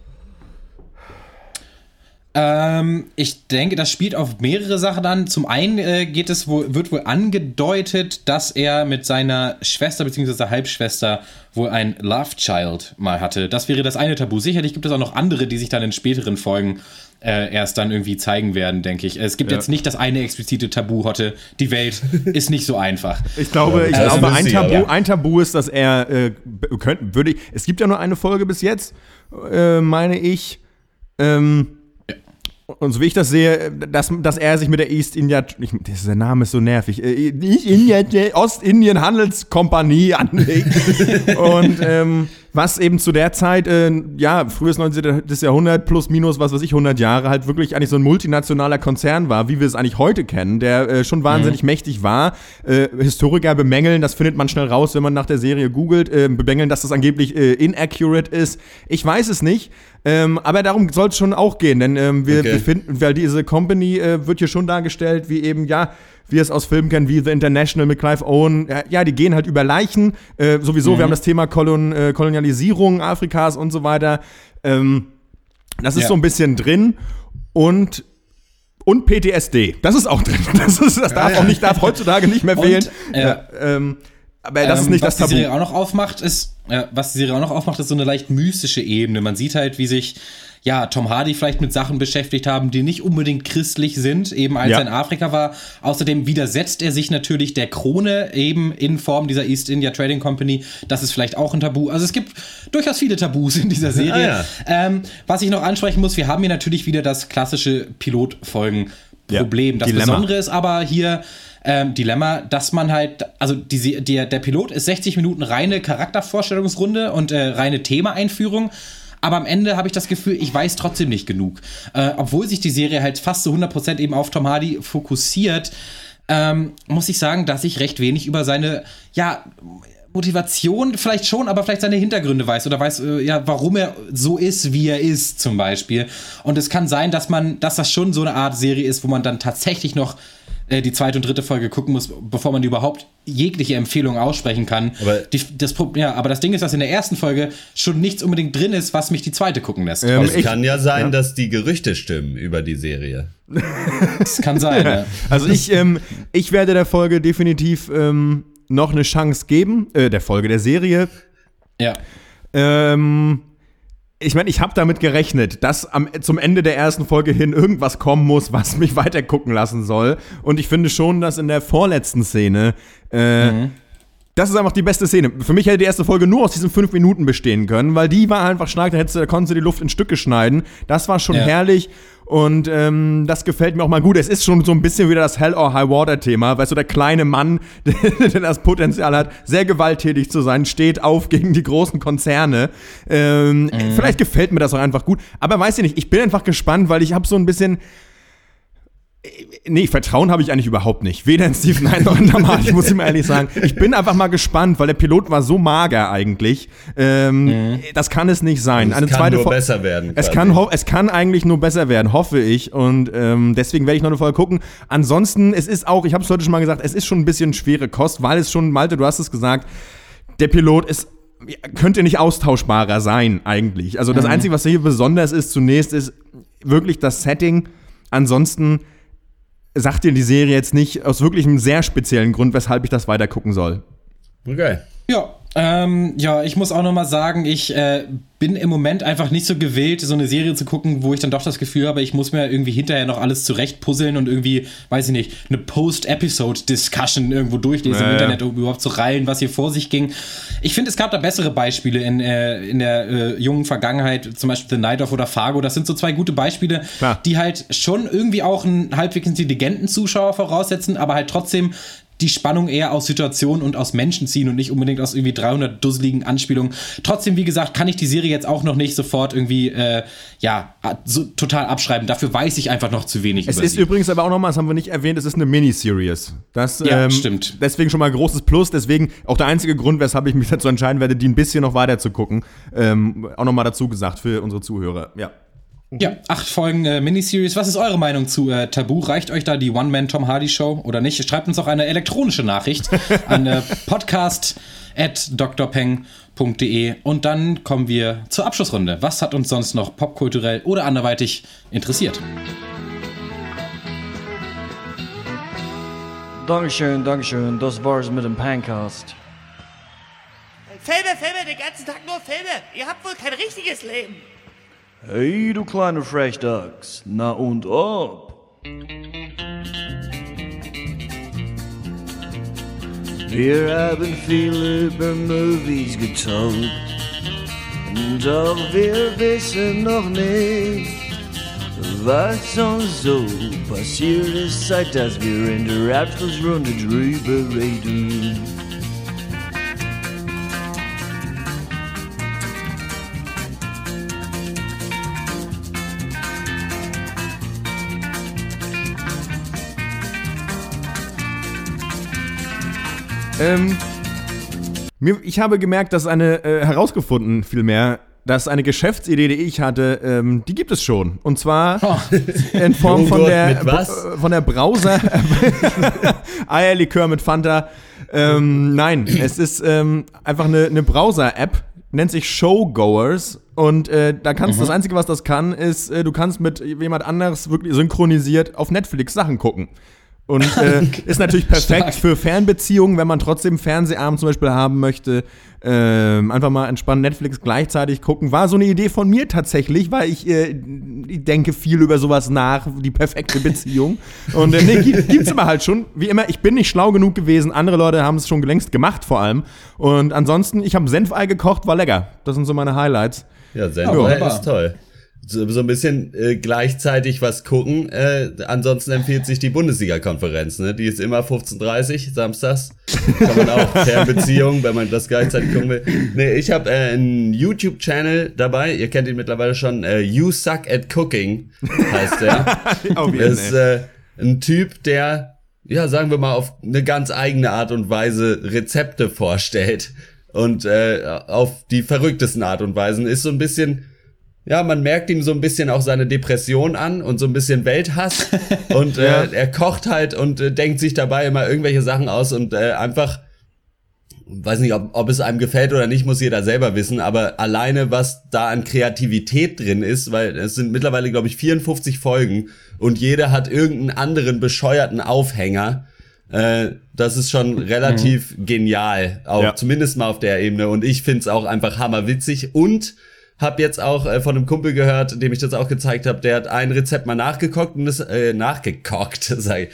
Ich denke, das spielt auf mehrere Sachen an. Zum einen wird wohl angedeutet, dass er mit seiner Schwester bzw. Halbschwester wohl ein Love Child mal hatte. Das wäre das eine Tabu. Sicherlich gibt es auch noch andere, die sich dann in späteren Folgen erst dann irgendwie zeigen werden, denke ich. Es gibt jetzt nicht das eine explizite Tabu, Hotte. Die Welt ist nicht so einfach. Ich glaube, ein Tabu ist, dass er es gibt ja nur eine Folge bis jetzt, meine ich, und so wie ich das sehe, dass er sich mit der der Name ist so nervig, Ostindien Handelskompanie anlegt. Und was eben zu der Zeit, frühes 19. Jahrhundert plus minus, 100 Jahre, halt wirklich eigentlich so ein multinationaler Konzern war, wie wir es eigentlich heute kennen, der schon wahnsinnig mächtig war. Historiker bemängeln, das findet man schnell raus, wenn man nach der Serie googelt, bemängeln, dass das angeblich inaccurate ist. Ich weiß es nicht. Aber darum soll es schon auch gehen, denn wir finden, weil diese Company wird hier schon dargestellt, wie eben, wir es aus Filmen kennen, wie The International mit Clive Owen. Die gehen halt über Leichen. Sowieso, wir haben das Thema Kolonialisierung Afrikas und so weiter. Das ist so ein bisschen drin. Und PTSD, das ist auch drin. Das darf heutzutage nicht mehr fehlen. Aber das ist nicht das Tabu. Was die Serie auch noch aufmacht, ist so eine leicht mystische Ebene. Man sieht halt, wie sich Tom Hardy vielleicht mit Sachen beschäftigt haben, die nicht unbedingt christlich sind, eben als er in Afrika war. Außerdem widersetzt er sich natürlich der Krone, eben in Form dieser East India Trading Company. Das ist vielleicht auch ein Tabu. Also es gibt durchaus viele Tabus in dieser Serie. Was ich noch ansprechen muss, wir haben hier natürlich wieder das klassische Pilotfolgen-Problem. Das Dilemma. Besondere ist aber hier Dilemma, dass man halt, also der Pilot ist 60 Minuten reine Charaktervorstellungsrunde und reine Themaeinführung. Aber am Ende habe ich das Gefühl, ich weiß trotzdem nicht genug. Obwohl sich die Serie halt fast zu 100% eben auf Tom Hardy fokussiert, muss ich sagen, dass ich recht wenig über seine, Motivation vielleicht schon, aber vielleicht seine Hintergründe weiß oder weiß, warum er so ist, wie er ist, zum Beispiel. Und es kann sein, dass das schon so eine Art Serie ist, wo man dann tatsächlich noch die 2. und 3. Folge gucken muss, bevor man überhaupt jegliche Empfehlung aussprechen kann. Aber das Ding ist, dass in der ersten Folge schon nichts unbedingt drin ist, was mich die 2. gucken lässt. Es kann ja sein, dass die Gerüchte stimmen über die Serie. Das kann sein, ja. Also ich werde der Folge definitiv noch eine Chance geben, der Serie. Ja. Ich meine, ich habe damit gerechnet, dass zum Ende der ersten Folge hin irgendwas kommen muss, was mich weiter gucken lassen soll. Und ich finde schon, dass in der vorletzten Szene, das ist einfach die beste Szene. Für mich hätte die erste Folge nur aus diesen 5 Minuten bestehen können, weil die war einfach stark, da konntest du die Luft in Stücke schneiden. Das war schon herrlich. Und das gefällt mir auch mal gut. Es ist schon so ein bisschen wieder das Hell or High Water Thema. Weißt du, der kleine Mann, der das Potenzial hat, sehr gewalttätig zu sein, steht auf gegen die großen Konzerne. Vielleicht gefällt mir das auch einfach gut. Aber weiß ich nicht, ich bin einfach gespannt, weil ich habe so ein bisschen... Nee, Vertrauen habe ich eigentlich überhaupt nicht. Weder in Steve Knight noch in Lamar, ich muss ihm ehrlich sagen. Ich bin einfach mal gespannt, weil der Pilot war so mager eigentlich. Das kann es nicht sein. Es kann nur besser werden. Es kann eigentlich nur besser werden, hoffe ich. Und deswegen werde ich noch eine Folge gucken. Ansonsten, es ist auch, ich habe es heute schon mal gesagt, es ist schon ein bisschen schwere Kost, weil es schon, Malte, du hast es gesagt, der Pilot könnte nicht austauschbarer sein eigentlich. Also das Einzige, was hier besonders ist zunächst, ist wirklich das Setting. Ansonsten sagt dir die Serie jetzt nicht aus wirklich einem sehr speziellen Grund, weshalb ich das weiter gucken soll. Okay. Ja, ich muss auch noch mal sagen, ich bin im Moment einfach nicht so gewillt, so eine Serie zu gucken, wo ich dann doch das Gefühl habe, ich muss mir irgendwie hinterher noch alles zurechtpuzzeln und irgendwie, weiß ich nicht, eine Post-Episode-Discussion irgendwo durchlesen im Internet, um überhaupt zu reilen, was hier vor sich ging. Ich finde, es gab da bessere Beispiele in der jungen Vergangenheit, zum Beispiel The Night of oder Fargo. Das sind so zwei gute Beispiele, die halt schon irgendwie auch einen halbwegs intelligenten Zuschauer voraussetzen, aber halt trotzdem die Spannung eher aus Situationen und aus Menschen ziehen und nicht unbedingt aus irgendwie 300 dusseligen Anspielungen. Trotzdem, wie gesagt, kann ich die Serie jetzt auch noch nicht sofort irgendwie, so total abschreiben. Dafür weiß ich einfach noch zu wenig über sie. Es ist übrigens aber auch nochmal, das haben wir nicht erwähnt, es ist eine Miniseries. Das stimmt. Deswegen schon mal ein großes Plus. Deswegen auch der einzige Grund, weshalb ich mich dazu entscheiden werde, die ein bisschen noch weiter zu gucken. Auch nochmal dazu gesagt für unsere Zuhörer. Ja, 8 Folgen Miniseries. Was ist eure Meinung zu Tabu? Reicht euch da die One-Man-Tom Hardy-Show oder nicht? Schreibt uns auch eine elektronische Nachricht an podcast@drpeng.de und dann kommen wir zur Abschlussrunde. Was hat uns sonst noch popkulturell oder anderweitig interessiert? Dankeschön. Das war's mit dem Pencast. Filme, den ganzen Tag nur Filme. Ihr habt wohl kein richtiges Leben. Hey, du kleine Frechdachs, na und ob? Wir haben viel über Movies getalkt, doch wir wissen noch nicht, was uns so passiert ist, seit dass wir in der Abschlussrunde drüber reden. Ich habe gemerkt, dass herausgefunden vielmehr, dass eine Geschäftsidee, die ich hatte, die gibt es schon. Und zwar in Form von der Browser Eierlikör mit Fanta. Nein, es ist einfach eine Browser-App, nennt sich Showgoers. Und da kannst das Einzige, was das kann, ist, du kannst mit jemand anderes wirklich synchronisiert auf Netflix Sachen gucken. Und ist natürlich perfekt für Fernbeziehungen, wenn man trotzdem Fernsehabend zum Beispiel haben möchte. Einfach mal entspannt Netflix gleichzeitig gucken. War so eine Idee von mir tatsächlich, weil ich denke viel über sowas nach, die perfekte Beziehung. Und gibt's aber halt schon. Wie immer, ich bin nicht schlau genug gewesen. Andere Leute haben es schon längst gemacht vor allem. Und ansonsten, ich habe Senfei gekocht, war lecker. Das sind so meine Highlights. Ja, Senfei ist toll. So ein bisschen gleichzeitig was gucken. Ansonsten empfiehlt sich die Bundesliga-Konferenz. Ne? Die ist immer 15:30 samstags. Kann man auch Fernbeziehung, wenn man das gleichzeitig gucken will. Nee, ich habe einen YouTube-Channel dabei. Ihr kennt ihn mittlerweile schon. You Suck at Cooking heißt der. Das ist ein Typ, der, ja, sagen wir mal, auf eine ganz eigene Art und Weise Rezepte vorstellt. Und auf die verrücktesten Art und Weisen. Ist so ein bisschen... Ja, man merkt ihm so ein bisschen auch seine Depression an und so ein bisschen Welthass. Und er kocht halt und denkt sich dabei immer irgendwelche Sachen aus und einfach, weiß nicht, ob es einem gefällt oder nicht, muss jeder selber wissen, aber alleine, was da an Kreativität drin ist, weil es sind mittlerweile, glaube ich, 54 Folgen und jeder hat irgendeinen anderen bescheuerten Aufhänger. Das ist schon relativ genial, auch zumindest mal auf der Ebene. Und ich find's auch einfach hammerwitzig und hab jetzt auch von einem Kumpel gehört, dem ich das auch gezeigt habe, der hat ein Rezept mal nachgekocht und nachgekocht.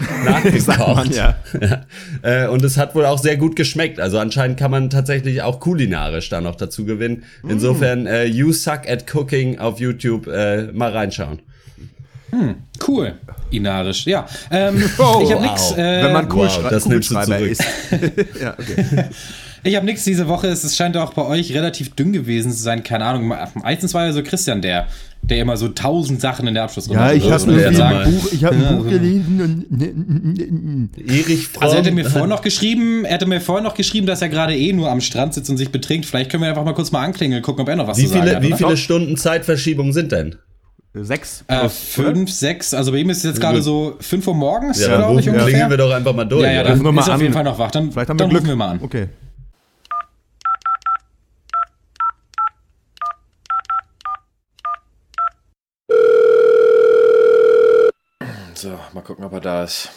Und es hat wohl auch sehr gut geschmeckt. Also anscheinend kann man tatsächlich auch kulinarisch da noch dazu gewinnen. Insofern, You Suck at Cooking auf YouTube mal reinschauen. Cool. Inarisch, ja. Ich habe nix. Wenn man das nimmst du Kugelschreiber zurück. ist. Ja, okay. Ich habe nichts diese Woche. Es scheint auch bei euch relativ dünn gewesen zu sein. Keine Ahnung. Meistens war ja so Christian, der immer so 1000 Sachen in der Abschlussrunde Ja, ich habe ein Buch Erich Fromm. Also er hätte mir vorher noch geschrieben, dass er gerade nur am Strand sitzt und sich betrinkt. Vielleicht können wir einfach mal kurz mal anklingeln, gucken, ob er noch was zu sagen hat. Wie viele Stunden Zeitverschiebung sind denn? 6. 5, 6. Also bei ihm ist es jetzt gerade so 5 Uhr morgens, Ja, glaube ich, dann ungefähr. klingeln wir doch einfach mal durch. Ja, oder? dann wir mal ist er auf an. jeden Fall noch wach. Dann Vielleicht haben wir rufen Glück. wir mal an. Okay. So, mal gucken, ob er da ist.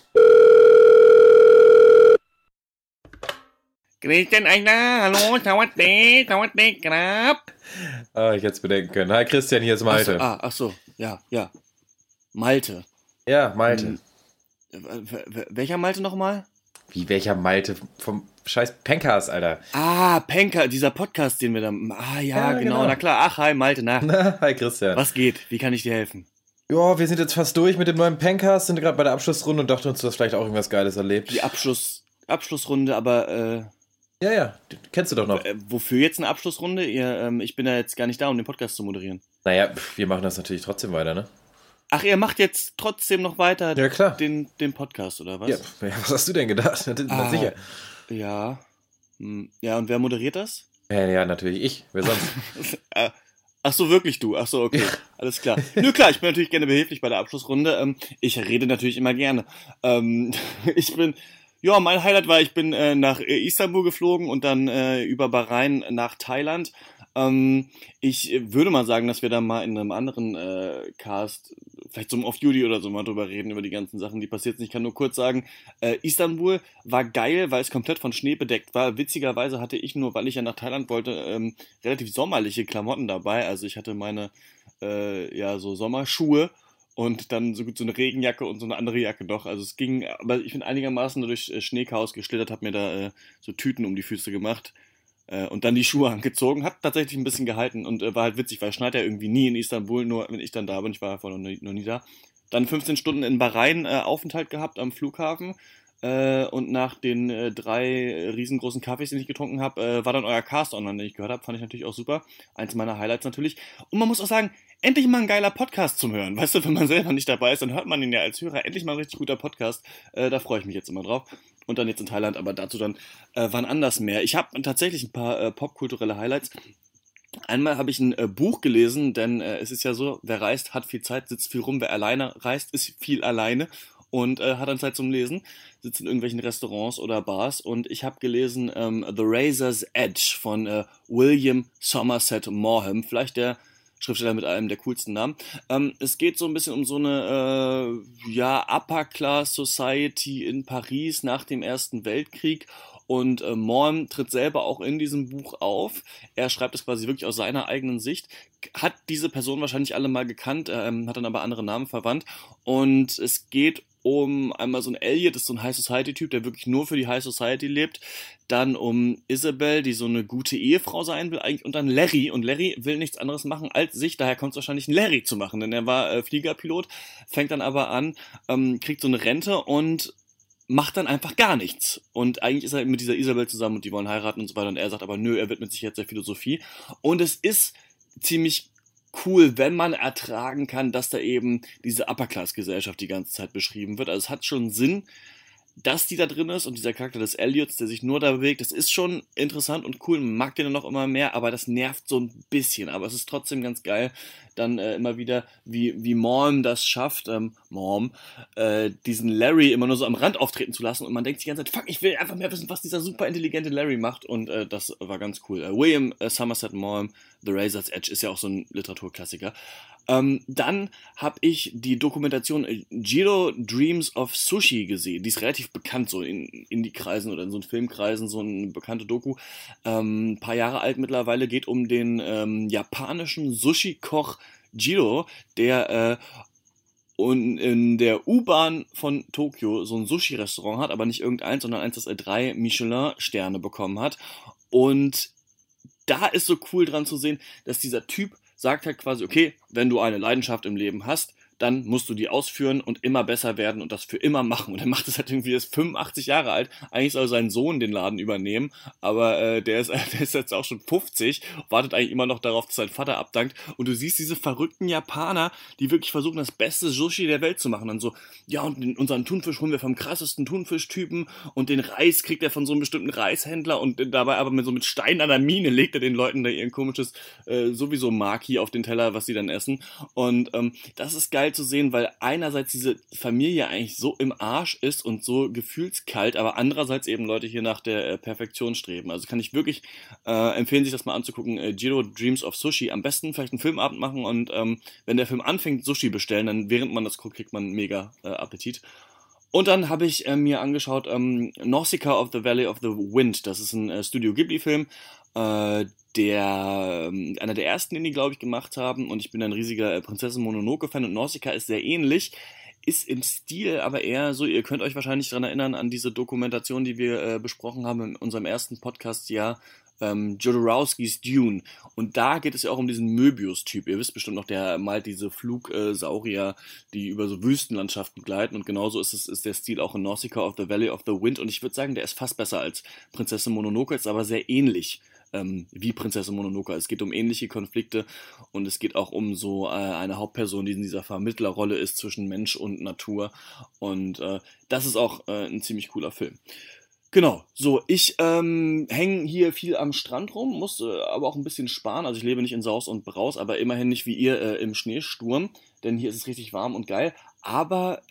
Christian Eichner, hallo, Tawatte, Grab. Ah, ich hätte es bedenken können. Hi Christian, hier ist Malte. Ach so, ja. Malte. Ja, Malte. Welcher Malte nochmal? Wie, welcher Malte? Vom scheiß Pencast, Alter. Ah, Penker, dieser Podcast, den wir da... ja, genau, na klar. Ach, hi Malte, na. Hi Christian. Was geht? Wie kann ich dir helfen? Ja, wir sind jetzt fast durch mit dem neuen Pencast, sind gerade bei der Abschlussrunde und dachten uns, du hast vielleicht auch irgendwas Geiles erlebt. Die Abschlussrunde, aber... Ja, kennst du doch noch. Wofür jetzt eine Abschlussrunde? Ich bin ja jetzt gar nicht da, um den Podcast zu moderieren. Naja, wir machen das natürlich trotzdem weiter, ne? Ach, ihr macht jetzt trotzdem noch weiter Ja, klar. den Podcast, oder was? Ja, was hast du denn gedacht? Na, sicher. Ja. Ja, und wer moderiert das? Ja, natürlich ich. Wer sonst? Ach so, wirklich du? Ach so, okay. Alles klar. Nö, klar, ich bin natürlich gerne behilflich bei der Abschlussrunde. Ich rede natürlich immer gerne. Mein Highlight war, ich bin nach Istanbul geflogen und dann über Bahrain nach Thailand. Ich würde mal sagen, dass wir da mal in einem anderen Cast, vielleicht so im Off-Duty oder so, mal drüber reden, über die ganzen Sachen, die passiert sind. Ich kann nur kurz sagen, Istanbul war geil, weil es komplett von Schnee bedeckt war. Witzigerweise hatte ich nur, weil ich ja nach Thailand wollte, relativ sommerliche Klamotten dabei. Also ich hatte meine so Sommerschuhe und dann so eine Regenjacke und so eine andere Jacke doch. Also es ging, aber ich bin einigermaßen durch Schneechaos geschlittert, habe mir da so Tüten um die Füße gemacht. Und dann die Schuhe angezogen, hat tatsächlich ein bisschen gehalten und war halt witzig, weil es schneit ja irgendwie nie in Istanbul, nur wenn ich dann da bin, ich war einfach noch nie da. Dann 15 Stunden in Bahrain Aufenthalt gehabt am Flughafen und nach den 3 riesengroßen Kaffees, den ich getrunken habe, war dann euer Cast online, den ich gehört habe, fand ich natürlich auch super. Eins meiner Highlights natürlich. Und man muss auch sagen, endlich mal ein geiler Podcast zum Hören. Weißt du, wenn man selber nicht dabei ist, dann hört man ihn ja als Hörer. Endlich mal ein richtig guter Podcast. Da freue ich mich jetzt immer drauf. Und dann jetzt in Thailand, aber dazu dann wann anders mehr. Ich habe tatsächlich ein paar popkulturelle Highlights. Einmal habe ich ein Buch gelesen, denn es ist ja so, wer reist, hat viel Zeit, sitzt viel rum. Wer alleine reist, ist viel alleine und hat dann Zeit zum Lesen, sitzt in irgendwelchen Restaurants oder Bars. Und ich habe gelesen The Razor's Edge von William Somerset Maugham, vielleicht der Schriftsteller mit einem der coolsten Namen. Es geht so ein bisschen um so eine Upper Class Society in Paris nach dem Ersten Weltkrieg. Und Maugham tritt selber auch in diesem Buch auf. Er schreibt es quasi wirklich aus seiner eigenen Sicht. Hat diese Person wahrscheinlich alle mal gekannt, hat dann aber andere Namen verwandt. Und es geht um einmal so ein Elliot, das ist so ein High Society Typ, der wirklich nur für die High Society lebt. Dann um Isabel, die so eine gute Ehefrau sein will eigentlich. Und dann Larry. Und Larry will nichts anderes machen als sich. Daher kommt es wahrscheinlich, einen Larry zu machen. Denn er war Fliegerpilot, fängt dann aber an, kriegt so eine Rente und macht dann einfach gar nichts. Und eigentlich ist er mit dieser Isabel zusammen und die wollen heiraten und so weiter. Und er sagt aber, nö, er widmet sich jetzt der Philosophie. Und es ist ziemlich cool, wenn man ertragen kann, dass da eben diese Upper-Class-Gesellschaft die ganze Zeit beschrieben wird. Also es hat schon Sinn, dass die da drin ist und dieser Charakter des Elliots, der sich nur da bewegt, das ist schon interessant und cool, man mag den dann noch immer mehr, aber das nervt so ein bisschen, aber es ist trotzdem ganz geil, dann immer wieder, wie Maugham das schafft, diesen Larry immer nur so am Rand auftreten zu lassen und man denkt sich die ganze Zeit, fuck, ich will einfach mehr wissen, was dieser super intelligente Larry macht und das war ganz cool. William Somerset Maugham, The Razor's Edge ist ja auch so ein Literaturklassiker. Dann habe ich die Dokumentation Jiro Dreams of Sushi gesehen. Die ist relativ bekannt, so in Indie-Kreisen oder in so Filmkreisen, so eine bekannte Doku. Ein paar Jahre alt mittlerweile, geht um den japanischen Sushi-Koch Jiro, der und in der U-Bahn von Tokio so ein Sushi-Restaurant hat, aber nicht irgendeins, sondern eins, das 3 Michelin-Sterne bekommen hat. Und da ist so cool dran zu sehen, dass dieser Typ sagt halt quasi, okay, wenn du eine Leidenschaft im Leben hast, dann musst du die ausführen und immer besser werden und das für immer machen. Und er macht das halt irgendwie, ist 85 Jahre alt. Eigentlich soll sein Sohn den Laden übernehmen, aber der ist jetzt auch schon 50, wartet eigentlich immer noch darauf, dass sein Vater abdankt. Und du siehst diese verrückten Japaner, die wirklich versuchen, das beste Sushi der Welt zu machen. Dann so, ja, und unseren Thunfisch holen wir vom krassesten Thunfischtypen und den Reis kriegt er von so einem bestimmten Reishändler und dabei aber mit Steinen an der Mine legt er den Leuten da ihren komisches sowieso Maki auf den Teller, was sie dann essen. Und das ist geil zu sehen, weil einerseits diese Familie eigentlich so im Arsch ist und so gefühlskalt, aber andererseits eben Leute hier nach der Perfektion streben. Also kann ich wirklich empfehlen, sich das mal anzugucken. Jiro Dreams of Sushi. Am besten vielleicht einen Filmabend machen und wenn der Film anfängt, Sushi bestellen, dann während man das guckt, kriegt man mega Appetit. Und dann habe ich mir angeschaut Nausicaa of the Valley of the Wind. Das ist ein Studio Ghibli-Film, einer der ersten, den die, glaube ich, gemacht haben. Und ich bin ein riesiger Prinzessin Mononoke-Fan und Nausicaa ist sehr ähnlich. Ist im Stil aber eher so, ihr könnt euch wahrscheinlich daran erinnern an diese Dokumentation, die wir besprochen haben in unserem ersten Podcast-Jahr, Jodorowskis Dune. Und da geht es ja auch um diesen Möbius-Typ. Ihr wisst bestimmt noch, der malt diese Flugsaurier, die über so Wüstenlandschaften gleiten. Und genauso ist der Stil auch in Nausicaa of the Valley of the Wind. Und ich würde sagen, der ist fast besser als Prinzessin Mononoke, ist aber sehr ähnlich wie Prinzessin Mononoke. Es geht um ähnliche Konflikte und es geht auch um so eine Hauptperson, die in dieser Vermittlerrolle ist zwischen Mensch und Natur. Und das ist auch ein ziemlich cooler Film. Genau, so, ich hänge hier viel am Strand rum, muss aber auch ein bisschen sparen. Also ich lebe nicht in Saus und Braus, aber immerhin nicht wie ihr im Schneesturm, denn hier ist es richtig warm und geil. Aber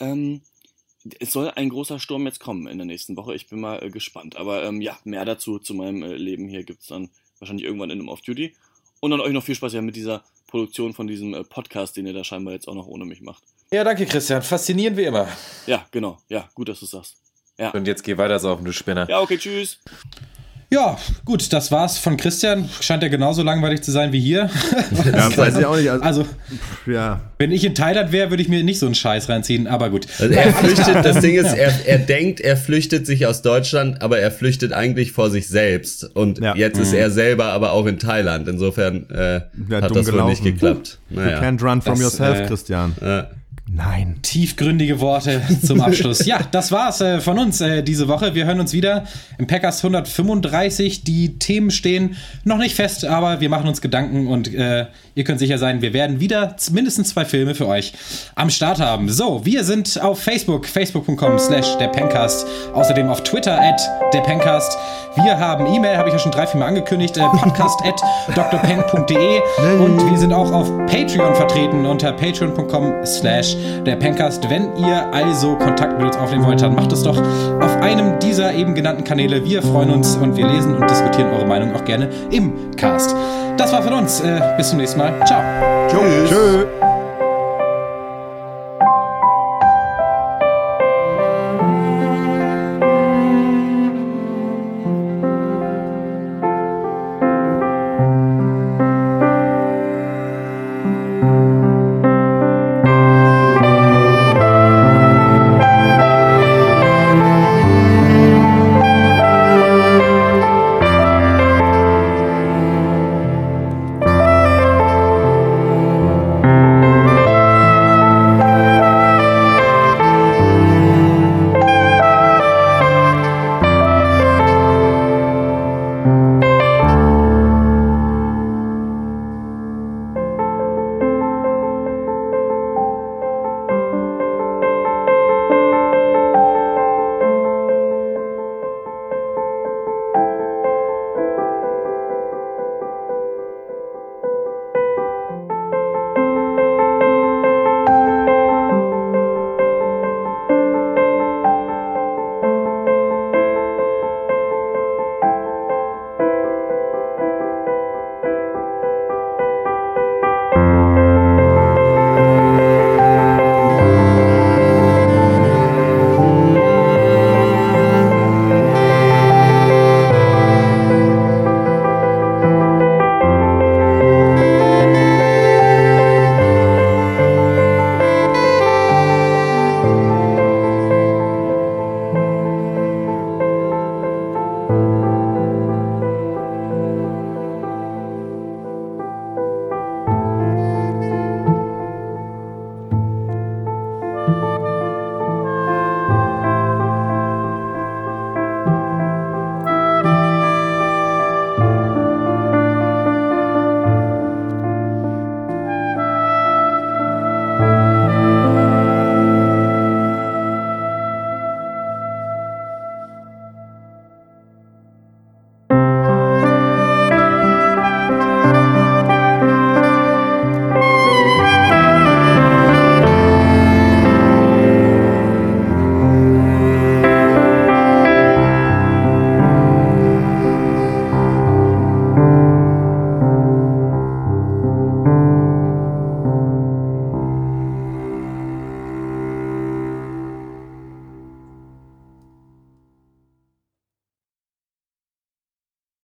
es soll ein großer Sturm jetzt kommen in der nächsten Woche. Ich bin mal gespannt. Aber ja, mehr dazu zu meinem Leben hier gibt's dann wahrscheinlich irgendwann in einem Off-Duty. Und dann euch noch viel Spaß ja mit dieser Produktion von diesem Podcast, den ihr da scheinbar jetzt auch noch ohne mich macht. Ja, danke Christian. Faszinierend wie immer. Ja, genau. Ja, gut, dass du sagst. Ja. Und jetzt geh weiter saufen, du Spinner. Ja, okay, tschüss. Ja, gut, das war's von Christian. Scheint ja genauso langweilig zu sein wie hier. Ja, weiß ich auch nicht. Also, ja. Wenn ich in Thailand wäre, würde ich mir nicht so einen Scheiß reinziehen, aber gut. Also er flüchtet, das Ding ist, er denkt, er flüchtet sich aus Deutschland, aber er flüchtet eigentlich vor sich selbst. Und jetzt ist er selber aber auch in Thailand. Insofern hat das wohl nicht geklappt. Naja. You can't run from yourself, Christian. Nein. Tiefgründige Worte zum Abschluss. Ja, das war's von uns diese Woche. Wir hören uns wieder im Packers 135. Die Themen stehen noch nicht fest, aber wir machen uns Gedanken und ihr könnt sicher sein, wir werden wieder mindestens 2 Filme für euch am Start haben. So, wir sind auf Facebook, facebook.com/derpencast, außerdem auf Twitter @derpencast. Wir haben E-Mail, habe ich ja schon 3-4 Mal angekündigt, podcast@drpeng.de und wir sind auch auf Patreon vertreten unter patreon.com/derpencast. Wenn ihr also Kontakt mit uns aufnehmen wollt, dann macht es doch auf einem dieser eben genannten Kanäle. Wir freuen uns und wir lesen und diskutieren eure Meinung auch gerne im Cast. Das war von uns. Bis zum nächsten Mal. Ciao. Tschüss.